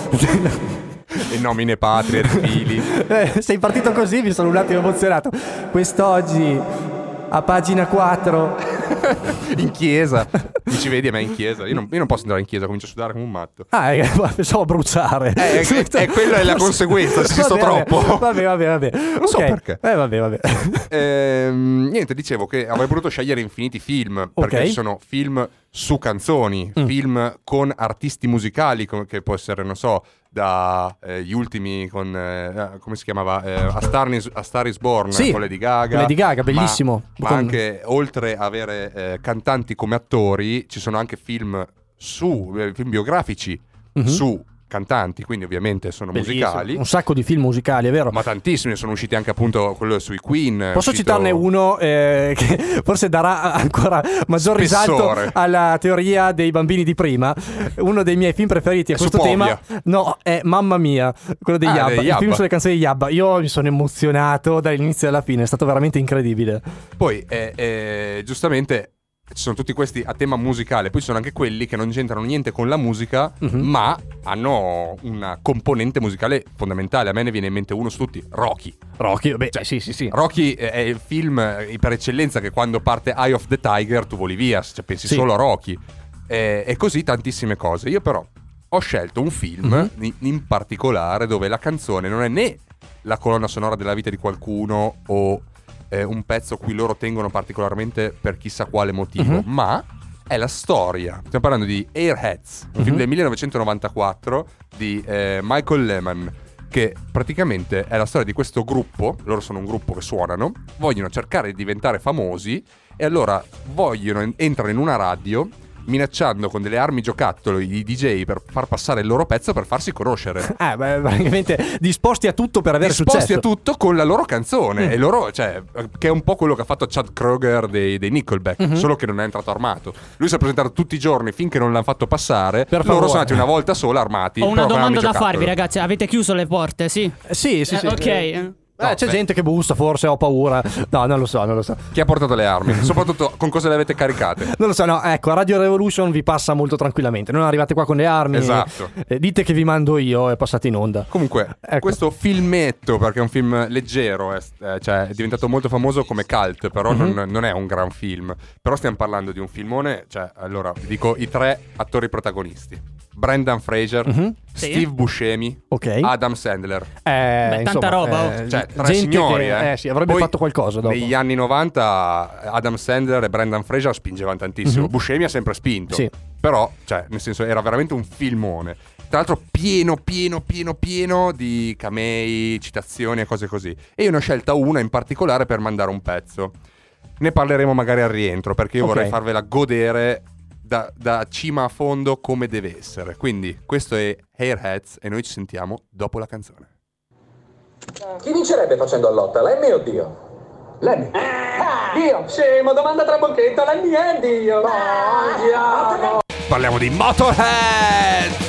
E nomine patrie, fili. Sei partito così, mi sono un attimo emozionato. Quest'oggi, a pagina 4... in chiesa. Mi ci vedi a me in chiesa? Io non posso andare in chiesa, comincio a sudare come un matto. Pensavo a bruciare. Quella è la conseguenza, se sto troppo. Vabbè. Non so perché. Vabbè. Niente, dicevo che avrei voluto scegliere infiniti film, perché ci sono film su canzoni, film con artisti musicali, che può essere, non so, da gli ultimi con come si chiamava, A Star Is Born, con Lady Gaga, bellissimo. Ma anche, oltre a avere cantanti come attori, ci sono anche film biografici su cantanti, quindi ovviamente sono musicali. Un sacco di film musicali, è vero. Ma tantissimi, sono usciti anche appunto quello sui Queen. Posso citarne uno che forse darà ancora maggior risalto alla teoria dei bambini di prima. Uno dei miei film preferiti a questo tema è Mamma Mia, quello degli Yabba, il film sulle canzoni di Yabba. Io mi sono emozionato dall'inizio alla fine, è stato veramente incredibile. Poi giustamente ci sono tutti questi a tema musicale, poi ci sono anche quelli che non c'entrano niente con la musica, ma hanno una componente musicale fondamentale. A me ne viene in mente uno su tutti, Rocky, sì. Rocky è il film per eccellenza che quando parte Eye of the Tiger tu voli via, cioè pensi solo a Rocky, e così tantissime cose. Io però ho scelto un film in particolare dove la canzone non è né la colonna sonora della vita di qualcuno o un pezzo a cui loro tengono particolarmente per chissà quale motivo, ma è la storia. Stiamo parlando di Airheads, un film del 1994 di Michael Lehman, che praticamente è la storia di questo gruppo. Loro sono un gruppo che suonano, vogliono cercare di diventare famosi e allora entrano in una radio minacciando con delle armi giocattolo i DJ per far passare il loro pezzo per farsi conoscere. Praticamente disposti a tutto per avere successo. Disposti a tutto con la loro canzone. E loro, cioè, che è un po' quello che ha fatto Chad Kroeger dei Nickelback, solo che non è entrato armato. Lui si è presentato tutti i giorni finché non l'hanno fatto passare. Loro sono andati una volta sola armati. Ho una domanda da farvi, ragazzi. Avete chiuso le porte? Sì. Sì. Ok. C'è gente che bussa, forse ho paura. No, non lo so. Chi ha portato le armi? Soprattutto con cosa le avete caricate? Non lo so, no, ecco, Radio Revolution vi passa molto tranquillamente. Non arrivate qua con le armi. Esatto. Dite che vi mando io e passate in onda. Comunque, questo filmetto, perché è un film leggero, cioè è diventato molto famoso come cult, però non è un gran film. Però stiamo parlando di un filmone, cioè, allora, dico i 3 attori protagonisti. Brendan Fraser, Steve Buscemi, Adam Sandler. Tanta roba. Cioè, 3 signori, avrebbe fatto qualcosa dopo. Negli anni 90 Adam Sandler e Brendan Fraser spingevano tantissimo. Buscemi ha sempre spinto. Sì. Però, cioè, nel senso, era veramente un filmone. Tra l'altro pieno di camei, citazioni e cose così. E io ne ho scelta una in particolare per mandare un pezzo. Ne parleremo magari al rientro, perché io vorrei farvela godere da cima a fondo come deve essere. Quindi questo è Airheads e noi ci sentiamo dopo la canzone. Chi vincerebbe facendo a lotta, Lemmy o Dio? Lemmy. Dio? Scemo, domanda trabocchetto, Lemmy è Dio. Andiamo. Parliamo di Motorhead.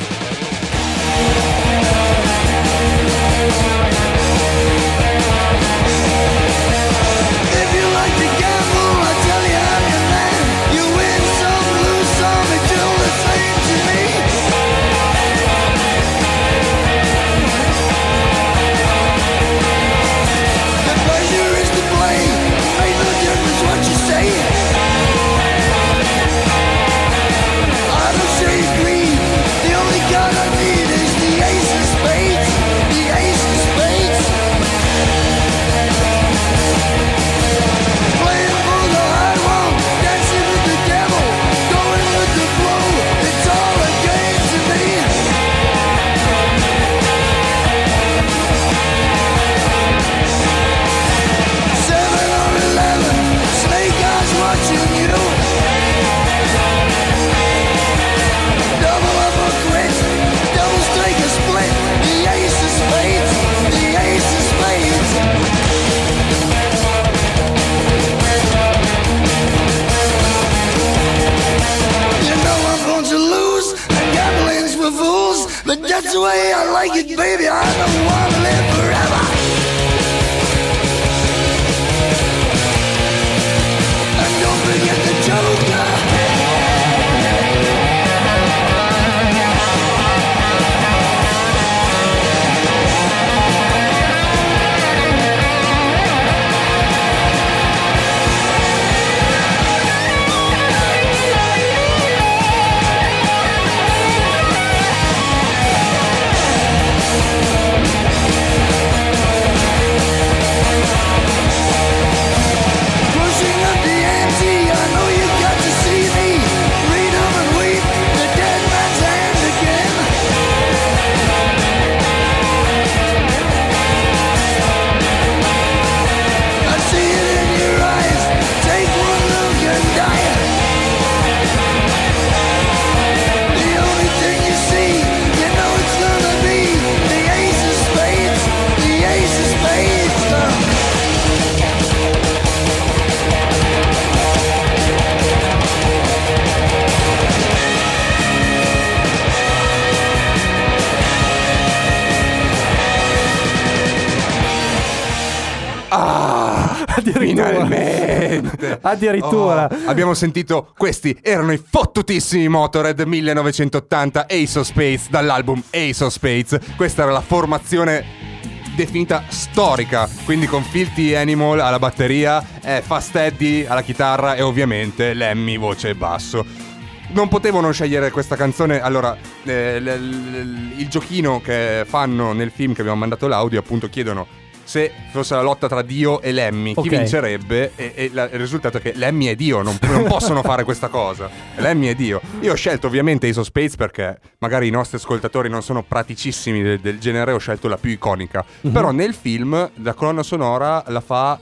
The only like it, baby, I don't wanna live forever. And don't forget the Joker. Finalmente! Addirittura. Abbiamo sentito, questi erano i fottutissimi Motorhead 1980, Ace of Spades, dall'album Ace of Spades. Questa era la formazione definita storica, quindi con Filthy Animal alla batteria, Fast Eddie alla chitarra e ovviamente Lemmy voce e basso. Non potevano scegliere questa canzone. Allora, il giochino che fanno nel film che abbiamo mandato l'audio, appunto chiedono se fosse la lotta tra Dio e Lemmy, chi vincerebbe, e il risultato è che Lemmy è Dio, non possono fare questa cosa. Lemmy è Dio. Io ho scelto ovviamente Ace of Spades perché magari i nostri ascoltatori non sono praticissimi del genere, ho scelto la più iconica. Però nel film la colonna sonora la fa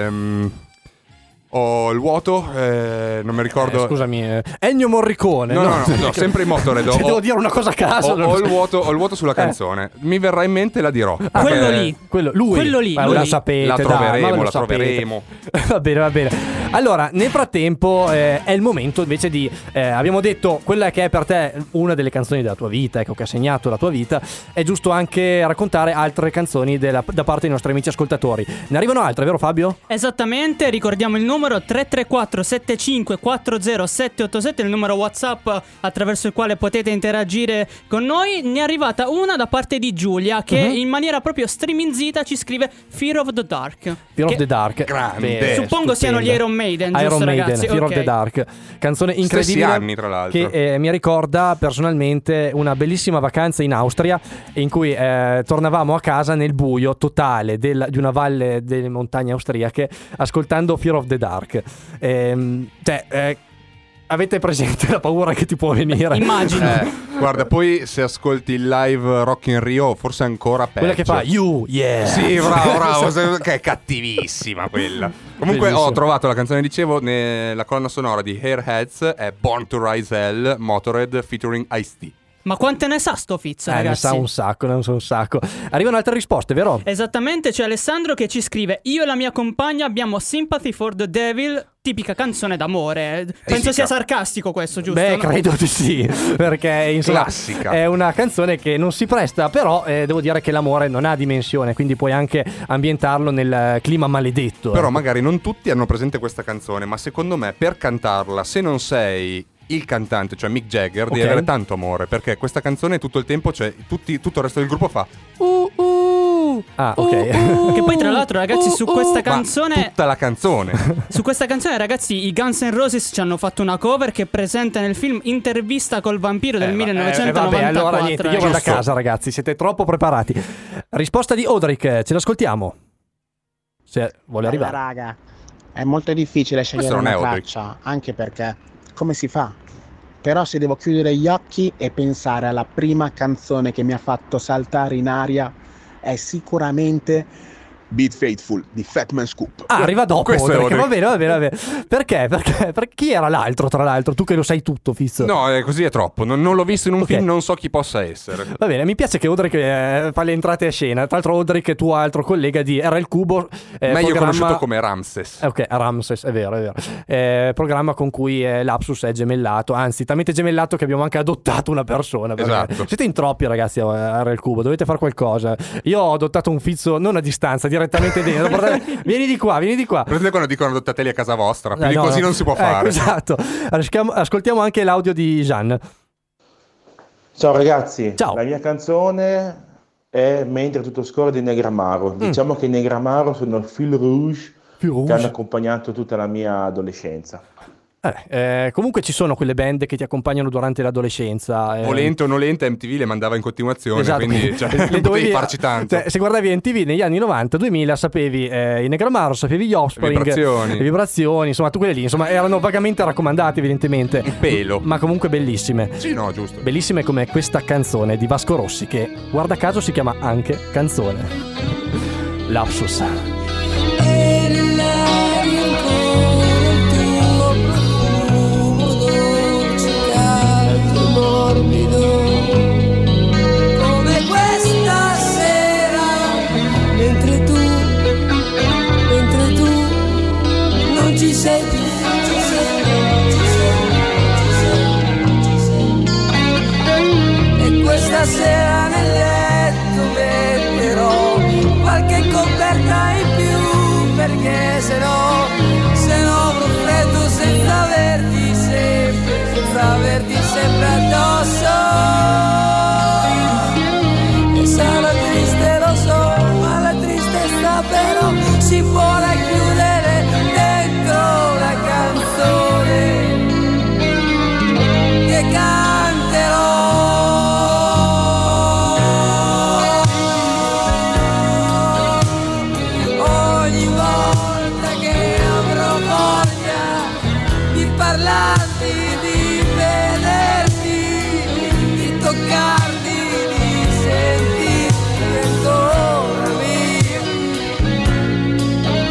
il vuoto, non mi ricordo. Scusami, Ennio Morricone. No, sempre in Motorhead. Se devo dire una cosa a caso. Ho il vuoto sulla canzone. Mi verrà in mente e la dirò. Quello lì. Quello lì. Lui. La sapete. La troveremo, la troveremo. Va bene. Allora, nel frattempo è il momento invece di abbiamo detto quella che è per te una delle canzoni della tua vita, ecco, che ha segnato la tua vita. È giusto anche raccontare altre canzoni da parte dei nostri amici ascoltatori. Ne arrivano altre, vero Fabio? Esattamente, ricordiamo il numero 334 7540 787, il numero WhatsApp attraverso il quale potete interagire con noi. Ne è arrivata una da parte di Giulia che in maniera proprio streaminzita ci scrive Fear of the Dark. Fear of the Dark, grande. Suppongo siano gli Iron Maiden, giusto, ragazzi? Fear of the Dark, canzone incredibile. Stessi anni, tra l'altro. Che mi ricorda personalmente una bellissima vacanza in Austria in cui tornavamo a casa nel buio totale di una valle delle montagne austriache ascoltando Fear of the Dark. Avete presente la paura che ti può venire? Immagino. Guarda, poi se ascolti il live Rock in Rio, forse ancora peggio. Quella che fa You, yeah. Sì, bravo, che è cattivissima quella. Comunque bellissimo. Ho trovato la canzone, dicevo, nella colonna sonora di Airheads, è Born to Rise Hell, Motorhead featuring Ice-T. Ma quante ne sa sto Fizz, ragazzi? Ne sa un sacco. Arrivano altre risposte, vero? Esattamente, c'è Alessandro che ci scrive: io e la mia compagna abbiamo Sympathy for the Devil, tipica canzone d'amore. Penso sia sarcastico questo, giusto? Beh, no? credo di sì, perché insomma classica. È una canzone che non si presta, però devo dire che l'amore non ha dimensione, quindi puoi anche ambientarlo nel clima maledetto. Però magari non tutti hanno presente questa canzone, ma secondo me per cantarla, se non sei il cantante, cioè Mick Jagger, devi avere tanto amore, perché questa canzone tutto il tempo, cioè tutto il resto del gruppo fa ok. Che poi tra l'altro, ragazzi, su questa canzone, tutta la canzone su questa canzone, ragazzi, i Guns N' Roses ci hanno fatto una cover che è presente nel film Intervista col vampiro del 1994. Vabbè, allora niente, io vado a casa, ragazzi, siete troppo preparati. Risposta di Odrik, ce l'ascoltiamo se vuole arrivare. Raga, è molto difficile scegliere non una è traccia, anche perché come si fa? Però se devo chiudere gli occhi e pensare alla prima canzone che mi ha fatto saltare in aria, è sicuramente Beat Faithful di Fatman Scoop. Ah, arriva dopo. Questo Odrick. è Va bene. Perché? Perché chi era l'altro, tra l'altro? Tu che lo sai tutto, Fizzo. No, così è troppo. Non l'ho visto in un film, non so chi possa essere. Va bene, mi piace che Odrick fa le entrate a scena. Tra l'altro Odrick, tuo altro collega di Era il Cubo, meglio conosciuto come Ramses. Ok, Ramses, è vero. Programma con cui Lapsus è gemellato. Anzi, talmente gemellato che abbiamo anche adottato una persona. Esatto. Siete in troppi, ragazzi, a Era il Cubo. Dovete fare qualcosa. Io ho adottato un Fizzo non a distanza, direttamente dentro. Vieni di qua. Prendete quando dicono adottateli a casa vostra, quindi così non si può fare. Esatto. Ascoltiamo anche l'audio di Jean. Ciao ragazzi, Ciao. La mia canzone è Mentre tutto scorre di Negramaro. Diciamo che i Negramaro sono il fil rouge che hanno accompagnato tutta la mia adolescenza. Comunque ci sono quelle band che ti accompagnano durante l'adolescenza. Volente o nolente, MTV le mandava in continuazione, Esatto. quindi non potevi farci tanto. Se guardavi MTV negli anni 90-2000 sapevi i Negramaro, sapevi gli Offspring, le vibrazioni, insomma tu quelle lì, insomma erano vagamente raccomandati evidentemente. Un pelo. Ma comunque bellissime. Sì, no, giusto. Bellissime come questa canzone di Vasco Rossi che guarda caso si chiama anche canzone. Lapsus. Come questa sera, mentre tu non ci sei più, e questa sera nel letto metterò qualche coperta in più, perché se no avrò freddo senza averti sempre addosso. E sarà triste, lo so, ma la tristezza però si può racchiudere dentro una canzone che canterò. Ogni volta che avrò voglia di parlarti, di vederti, di toccarti, di sentirti ancora mia.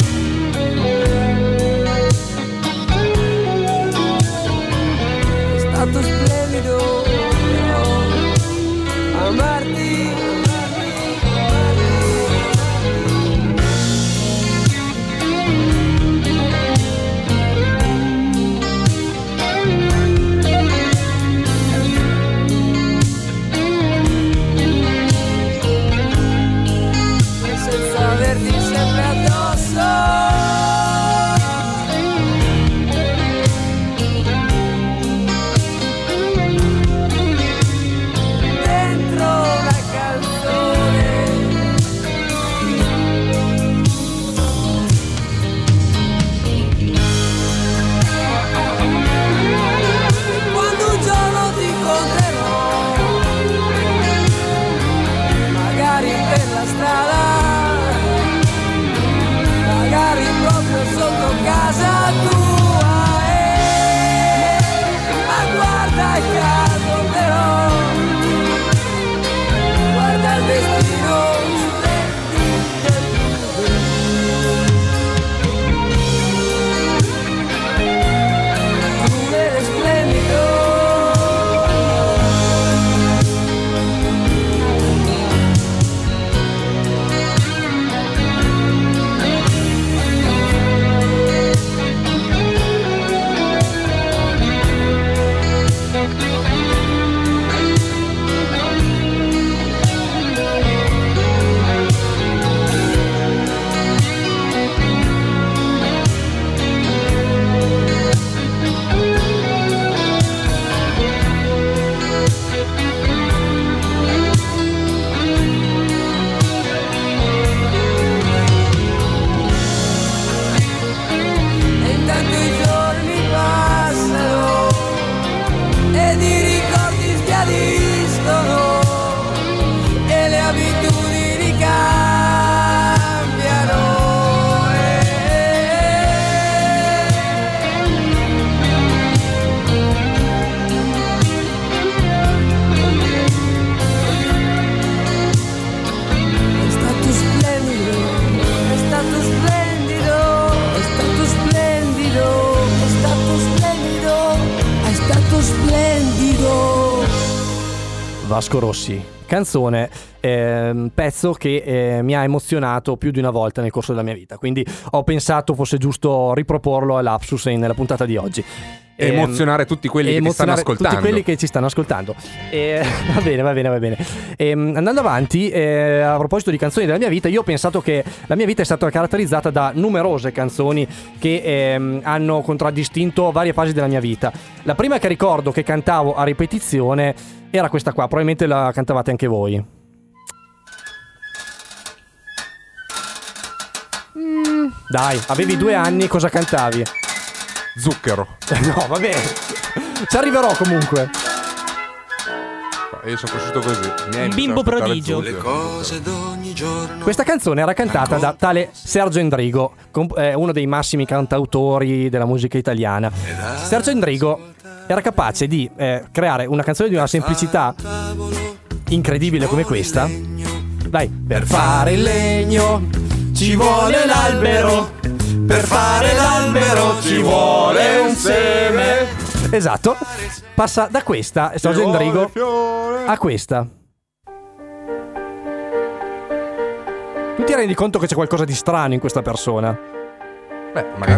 Vasco Rossi, canzone, pezzo che mi ha emozionato più di una volta nel corso della mia vita, quindi ho pensato fosse giusto riproporlo all'Apsus nella puntata di oggi. E emozionare tutti quelli che ti stanno ascoltando. Tutti quelli che ci stanno ascoltando. Va bene. Andando avanti, a proposito di canzoni della mia vita, io ho pensato che la mia vita è stata caratterizzata da numerose canzoni che hanno contraddistinto varie fasi della mia vita. La prima che ricordo che cantavo a ripetizione era questa qua, probabilmente la cantavate anche voi. Dai, avevi 2 anni, cosa cantavi? Zucchero. No, va bene. Ci arriverò comunque. Io sono cresciuto così. Un bimbo prodigio. Le cose d'ogni giorno. Questa canzone era cantata da tale Sergio Endrigo, uno dei massimi cantautori della musica italiana. Sergio Endrigo era capace di creare una canzone di una semplicità incredibile come questa. Dai, per fare il legno ci vuole l'albero, per fare l'albero ci vuole un seme. Esatto. Passa da questa, Sergio Endrigo, a questa. Tu ti rendi conto che c'è qualcosa di strano in questa persona? Beh, magari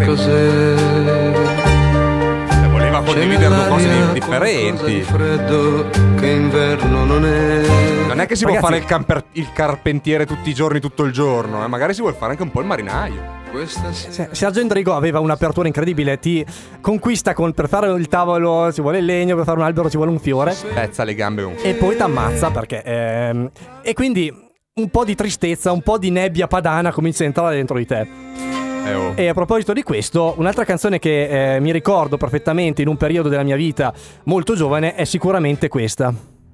voleva condividere 2 cose differenti. Freddo che inverno non è. Non è che si Ragazzi, può fare il carpentiere tutti i giorni, tutto il giorno, magari si vuole fare anche un po' il marinaio. Sergio Endrigo aveva un'apertura incredibile, ti conquista per fare il tavolo ci vuole il legno, per fare un albero ci vuole un fiore. Spezza le gambe un E poi t'ammazza perché e quindi un po' di tristezza, un po' di nebbia padana comincia a entrare dentro di te. E a proposito di questo, un'altra canzone che mi ricordo perfettamente in un periodo della mia vita molto giovane è sicuramente questa.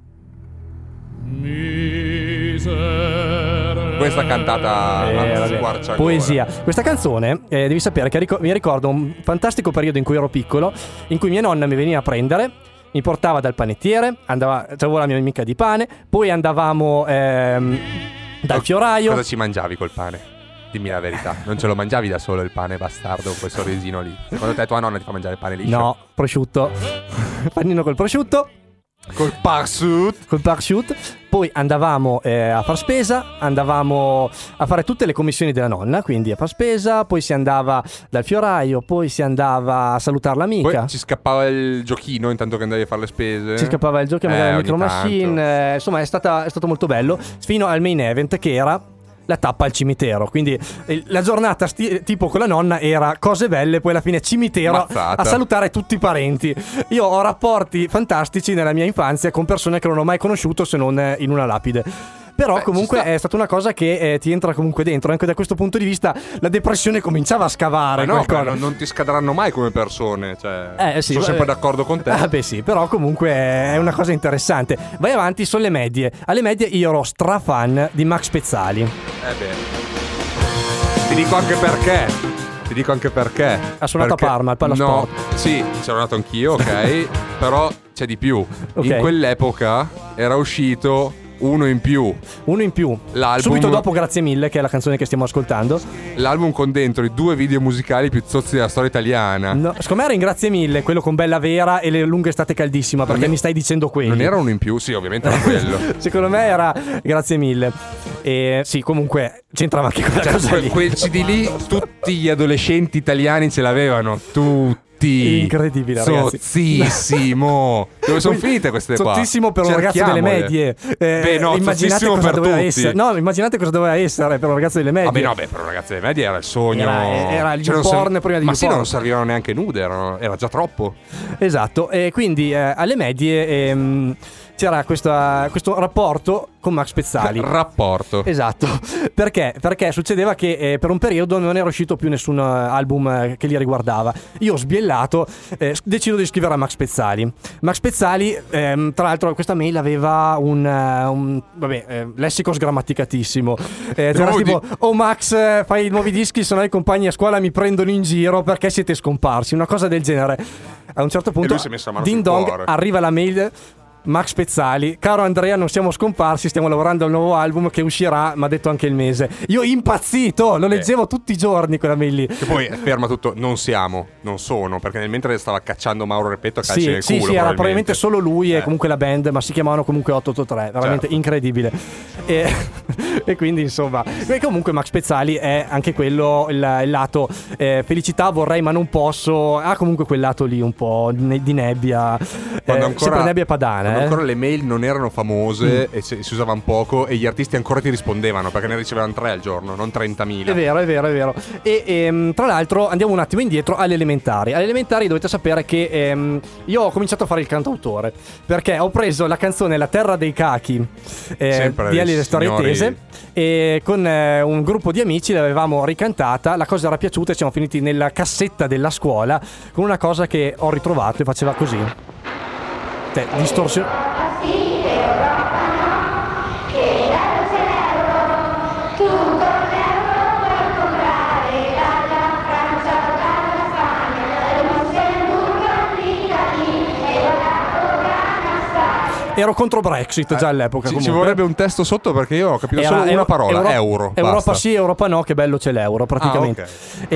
Questa cantata squarciagola. Poesia. Questa canzone devi sapere che mi ricordo un fantastico periodo in cui ero piccolo, in cui mia nonna mi veniva a prendere, mi portava dal panettiere, c'avevo la mia amica di pane, poi andavamo dal fioraio. Cosa ci mangiavi col pane? Dimmi la verità, non ce lo mangiavi da solo il pane bastardo con quel sorrisino lì? Secondo te tua nonna ti fa mangiare il pane liscio? No, prosciutto. Panino col prosciutto. Col parchute. Poi andavamo a far spesa, andavamo a fare tutte le commissioni della nonna, quindi a far spesa, poi si andava dal fioraio, poi si andava a salutare l'amica. Poi ci scappava il giochino intanto che andavi a fare le spese. Ci scappava il giochino, magari la micro machine, insomma è stato molto bello, fino al main event che era la tappa al cimitero. Quindi la giornata tipo con la nonna era cose belle, poi alla fine cimitero Mazzata. a salutare tutti i parenti. Io ho rapporti fantastici nella mia infanzia con persone che non ho mai conosciuto se non in una lapide. Però comunque è stata una cosa che ti entra comunque dentro. Anche da questo punto di vista la depressione cominciava a scavare. Ma no, non ti scadranno mai come persone, cioè, sì, sono sempre d'accordo con te. Beh sì, però comunque è una cosa interessante. Vai avanti, sono le medie. Alle medie io ero strafan di Max Pezzali. Ti dico anche perché. Ha suonato a Parma, al Palasport. No, sì, ci sono andato anch'io, ok. Però c'è di più. Ok. In quell'epoca era uscito Uno in più. L'album, subito dopo Grazie Mille, che è la canzone che stiamo ascoltando. L'album con dentro i 2 video musicali più zozzi della storia italiana. No, secondo me era in Grazie Mille, quello con Bella Vera e Le lunghe estate caldissima, perché mi stai dicendo quelli. Non era Uno in più? Sì, ovviamente era quello. Secondo me era Grazie Mille. E sì, comunque c'entrava anche quella cosa lì. Quel CD lì tutti gli adolescenti italiani ce l'avevano. Tutti. Incredibile, ragazzi. Sozzissimo. Dove sono finite queste qua? Sozzissimo per un ragazzo delle medie. Beh, no, immaginate cosa doveva essere. No, immaginate cosa doveva essere per un ragazzo delle medie. Vabbè, per un ragazzo delle medie era il sogno. Era il porn prima di Ma sì, porn. non servivano neanche nude, era già troppo. Esatto. E quindi alle medie c'era questo rapporto con Max Pezzali. Rapporto. Esatto. Perché? Perché succedeva che per un periodo non era uscito più nessun album che li riguardava. Io sbiellato decido di scrivere a Max Pezzali. Max Pezzali, tra l'altro questa mail aveva un lessico sgrammaticatissimo. C'era tipo: oh Max, fai i nuovi dischi, se no i compagni a scuola mi prendono in giro perché siete scomparsi. Una cosa del genere. A un certo punto lui si è messo la mano ding sul dong, cuore. arriva la mail Max Pezzali: caro Andrea, non siamo scomparsi, stiamo lavorando al nuovo album che uscirà, ma ha detto anche il mese. Io impazzito, lo leggevo tutti i giorni quella mail lì. Che poi ferma tutto, non sono, perché nel mentre stava cacciando Mauro Repetto a calci nel culo. Sì, era probabilmente solo lui e comunque la band, ma si chiamavano comunque 883, veramente incredibile. E quindi insomma, e comunque Max Pezzali è anche quello il lato felicità, vorrei ma non posso, ha comunque quel lato lì un po' di nebbia, sempre nebbia padana. Quando ancora le mail non erano famose e si usavano poco e gli artisti ancora ti rispondevano, perché ne ricevevano 3 al giorno, non 30.000. È vero. E tra l'altro andiamo un attimo indietro alle elementari. Alle elementari dovete sapere che io ho cominciato a fare il cantautore, perché ho preso la canzone La terra dei cachi di Ali Le Storie Tese, e con un gruppo di amici l'avevamo ricantata, la cosa era piaciuta e siamo finiti nella cassetta della scuola con una cosa che ho ritrovato e faceva così. Distorsione. Ero contro Brexit già all'epoca. Ci vorrebbe un testo sotto, perché io ho capito solo una parola: euro. Europa basta. sì, Europa no, che bello c'è l'euro praticamente.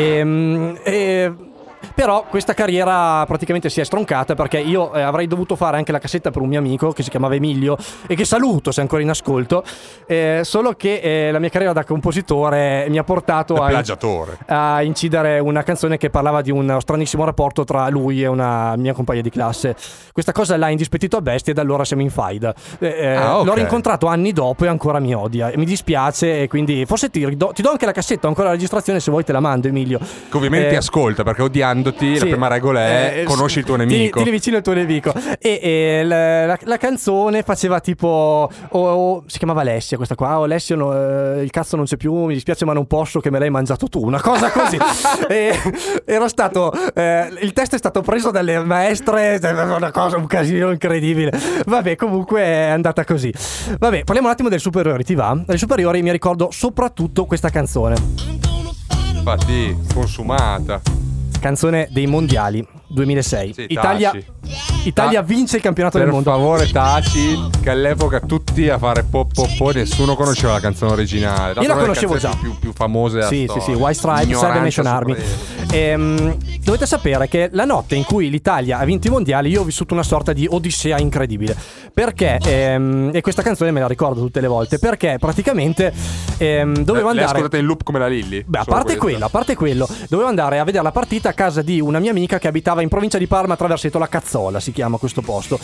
Però questa carriera praticamente si è stroncata, perché io avrei dovuto fare anche la cassetta per un mio amico che si chiamava Emilio e che saluto se è ancora in ascolto, solo che la mia carriera da compositore mi ha portato a incidere una canzone che parlava di un stranissimo rapporto tra lui e una mia compagna di classe. Questa cosa l'ha indispettito a bestia e da allora siamo in faida. L'ho rincontrato anni dopo e ancora mi odia e mi dispiace, e quindi forse ti do anche la cassetta, ho ancora la registrazione, se vuoi te la mando, Emilio, che ovviamente ti ascolta, perché odiandoti la prima regola è conosci il tuo nemico, tieni vicino il tuo nemico. E la canzone faceva tipo si chiamava Alessia questa qua. Alessia, il cazzo non c'è più, mi dispiace ma non posso che me l'hai mangiato tu, una cosa così. Era stato il testo è stato preso dalle maestre, una cosa, un casino incredibile. Vabbè, comunque è andata così. Vabbè, parliamo un attimo del superiori, ti va? Alle superiori mi ricordo soprattutto questa canzone. Infatti consumata. Canzone dei mondiali 2006. Sì, Italia vince il campionato del mondo. Per favore taci, che all'epoca tutti a fare po, nessuno conosceva la canzone originale. Io la conoscevo già. Più famose della storia. Sì, White Stripes, Seven Nation Army. Dovete sapere che la notte in cui l'Italia ha vinto i mondiali io ho vissuto una sorta di odissea incredibile, perché e questa canzone me la ricordo tutte le volte, perché praticamente dovevo andare. Ascoltate in loop come la Lilli. Beh, a parte quello, dovevo andare a vedere la partita a casa di una mia amica che abitava in provincia di Parma, attraverso Cazzola si chiama questo posto.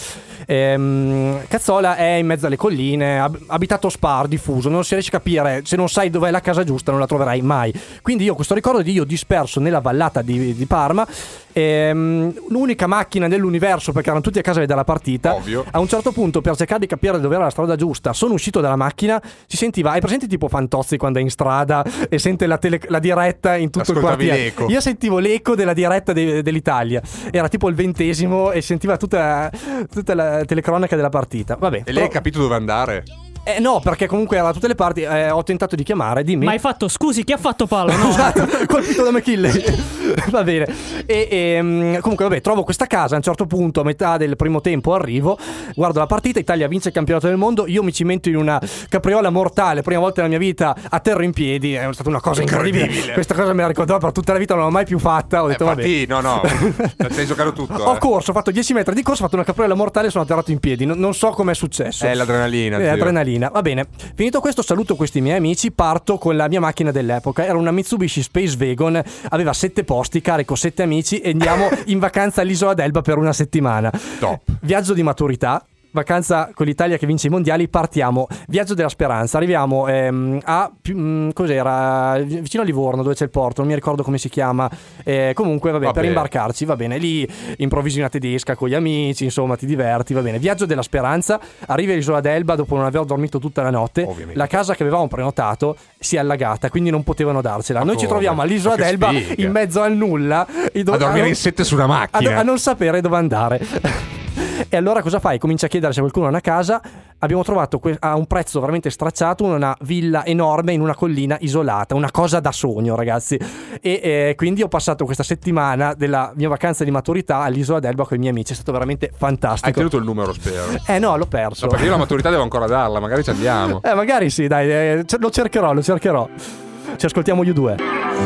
Cazzola è in mezzo alle colline, abitato spar, diffuso, non si riesce a capire, se non sai dov'è la casa giusta non la troverai mai. Quindi io ho questo ricordo di io disperso nella vallata di Parma, l'unica macchina nell'universo, perché erano tutti a casa a vedere la partita. Ovvio. A un certo punto, per cercare di capire dove era la strada giusta, sono uscito dalla macchina, si sentiva, hai presente tipo Fantozzi quando è in strada e sente la diretta in tutto il quartiere? L'eco. Io sentivo l'eco della diretta dell'Italia, era tipo il 20° e sentiva tutta la telecronaca della partita. Vabbè, e lei ha capito dove andare? No, perché comunque era da tutte le parti. Ho tentato di chiamare, dimmi. Ma hai fatto, scusi, chi ha fatto palla? No. Esatto, colpito da McKinley. Va bene. Comunque, vabbè, trovo questa casa. A un certo punto, a metà del primo tempo, arrivo, guardo la partita. Italia vince il campionato del mondo. Io mi cimento in una capriola mortale. Prima volta nella mia vita a terra in piedi. È stata una cosa incredibile. Questa cosa me la ricorderò per tutta la vita. Non l'ho mai più fatta. Ho detto, vabbè. No. Stai giocando tutto. Ho corso, ho fatto 10 metri di corsa, ho fatto una capriola mortale e sono atterrato in piedi. Non so com'è successo. È l'adrenalina. L'adrenalina. Va bene, finito questo saluto questi miei amici, parto con la mia macchina dell'epoca, era una Mitsubishi Space Wagon, aveva 7 posti, carico 7 amici e andiamo in vacanza all'isola d'Elba per una settimana. Top. Viaggio di maturità, vacanza con l'Italia che vince i mondiali, partiamo, viaggio della speranza, arriviamo cos'era, vicino a Livorno dove c'è il porto, non mi ricordo come si chiama, comunque vabbè, per imbarcarci, va bene, lì improvvisi una tedesca con gli amici, insomma ti diverti, va bene, viaggio della speranza, arrivi all'isola d'Elba dopo non aver dormito tutta la notte, ovviamente. La casa che avevamo prenotato si è allagata, quindi non potevano darcela, noi ci troviamo all'isola d'Elba in mezzo al nulla, a dormire in 7 su una macchina, a non sapere dove andare. E allora cosa fai? Comincia a chiedere se qualcuno ha una casa. Abbiamo trovato a un prezzo veramente stracciato una villa enorme in una collina isolata, una cosa da sogno, ragazzi. E quindi ho passato questa settimana della mia vacanza di maturità all'isola d'Elba con i miei amici, è stato veramente fantastico. Hai tenuto il numero, spero? No, l'ho perso. No, perché io la maturità devo ancora darla, magari ci andiamo. Magari sì, dai, lo cercherò. Ci ascoltiamo U2.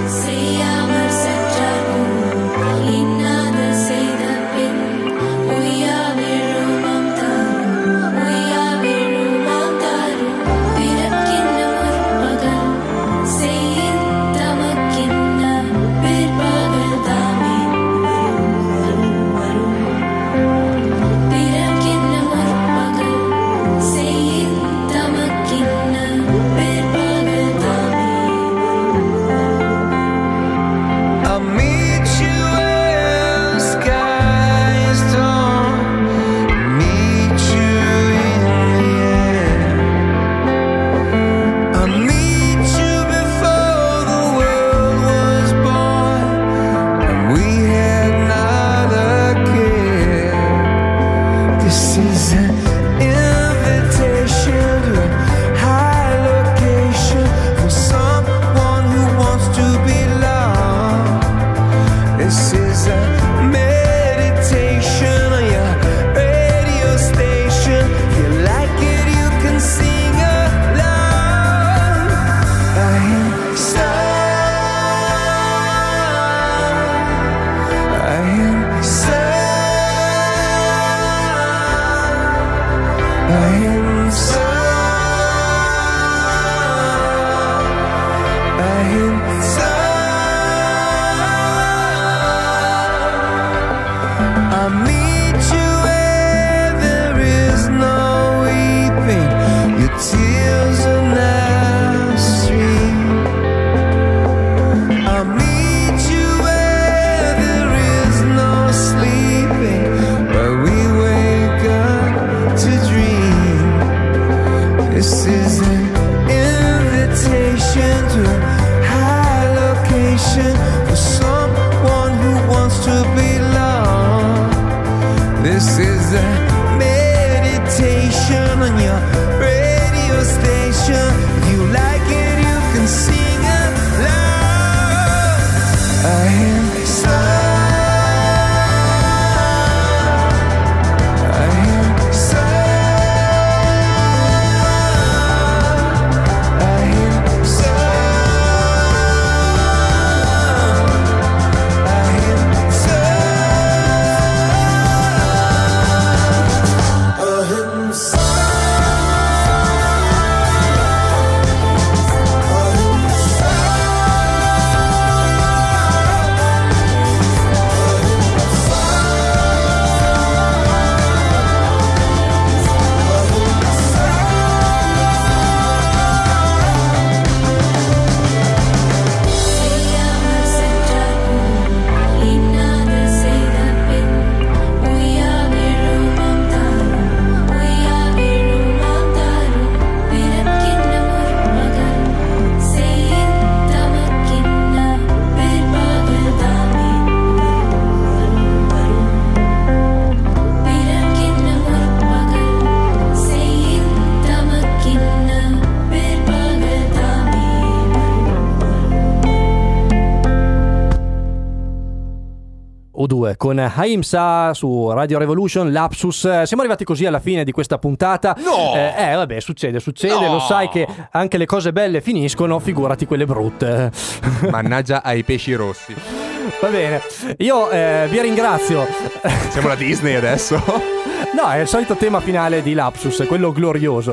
U2 con Haimsa su Radio Revolution, Lapsus. Siamo arrivati così alla fine di questa puntata. No! Vabbè, succede, No! Lo sai che anche le cose belle finiscono, figurati quelle brutte. Mannaggia ai pesci rossi. Va bene, io vi ringrazio. Siamo la Disney adesso? No, è il solito tema finale di Lapsus, quello glorioso.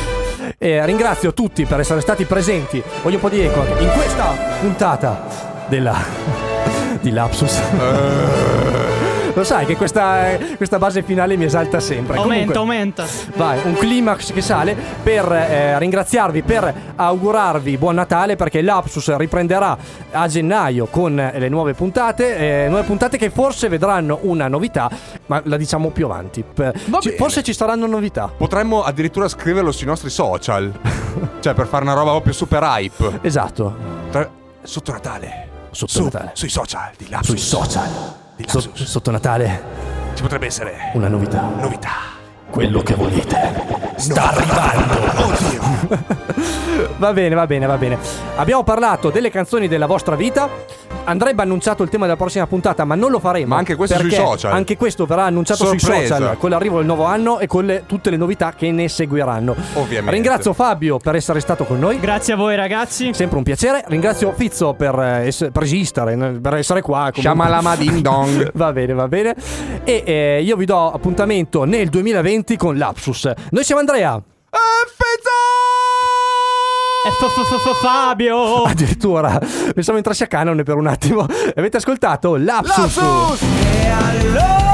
Ringrazio tutti per essere stati presenti. Voglio un po' di eco in questa puntata di Lapsus. Lo sai che questa base finale mi esalta sempre. Aumenta. Vai, un climax che sale per ringraziarvi, per augurarvi buon Natale, perché Lapsus riprenderà a gennaio con le nuove puntate che forse vedranno una novità, ma la diciamo più avanti. Forse ci saranno novità. Potremmo addirittura scriverlo sui nostri social. Cioè, per fare una roba proprio super hype. Esatto. Sotto Natale. Sotto Natale. Sui social di Lapsus. Sui social. Sotto Natale Ci potrebbe essere una novità. Quello che volete sta arrivando. Va bene. Abbiamo parlato delle canzoni della vostra vita. Andrebbe annunciato il tema della prossima puntata, ma non lo faremo. Ma anche questo sui social. Anche questo verrà annunciato Sorpresa. sui social con l'arrivo del nuovo anno e con tutte le novità che ne seguiranno. Ovviamente. Ringrazio Fabio per essere stato con noi. Grazie a voi ragazzi. Sempre un piacere. Ringrazio Fizzo per esistere, per essere qua. Shamalama ding dong. Va bene. E io vi do appuntamento nel 2020 con Lapsus. Noi siamo Andrea. Fabio. Addirittura pensavo entrassi a canone per un attimo. Avete ascoltato Lapsus. E allora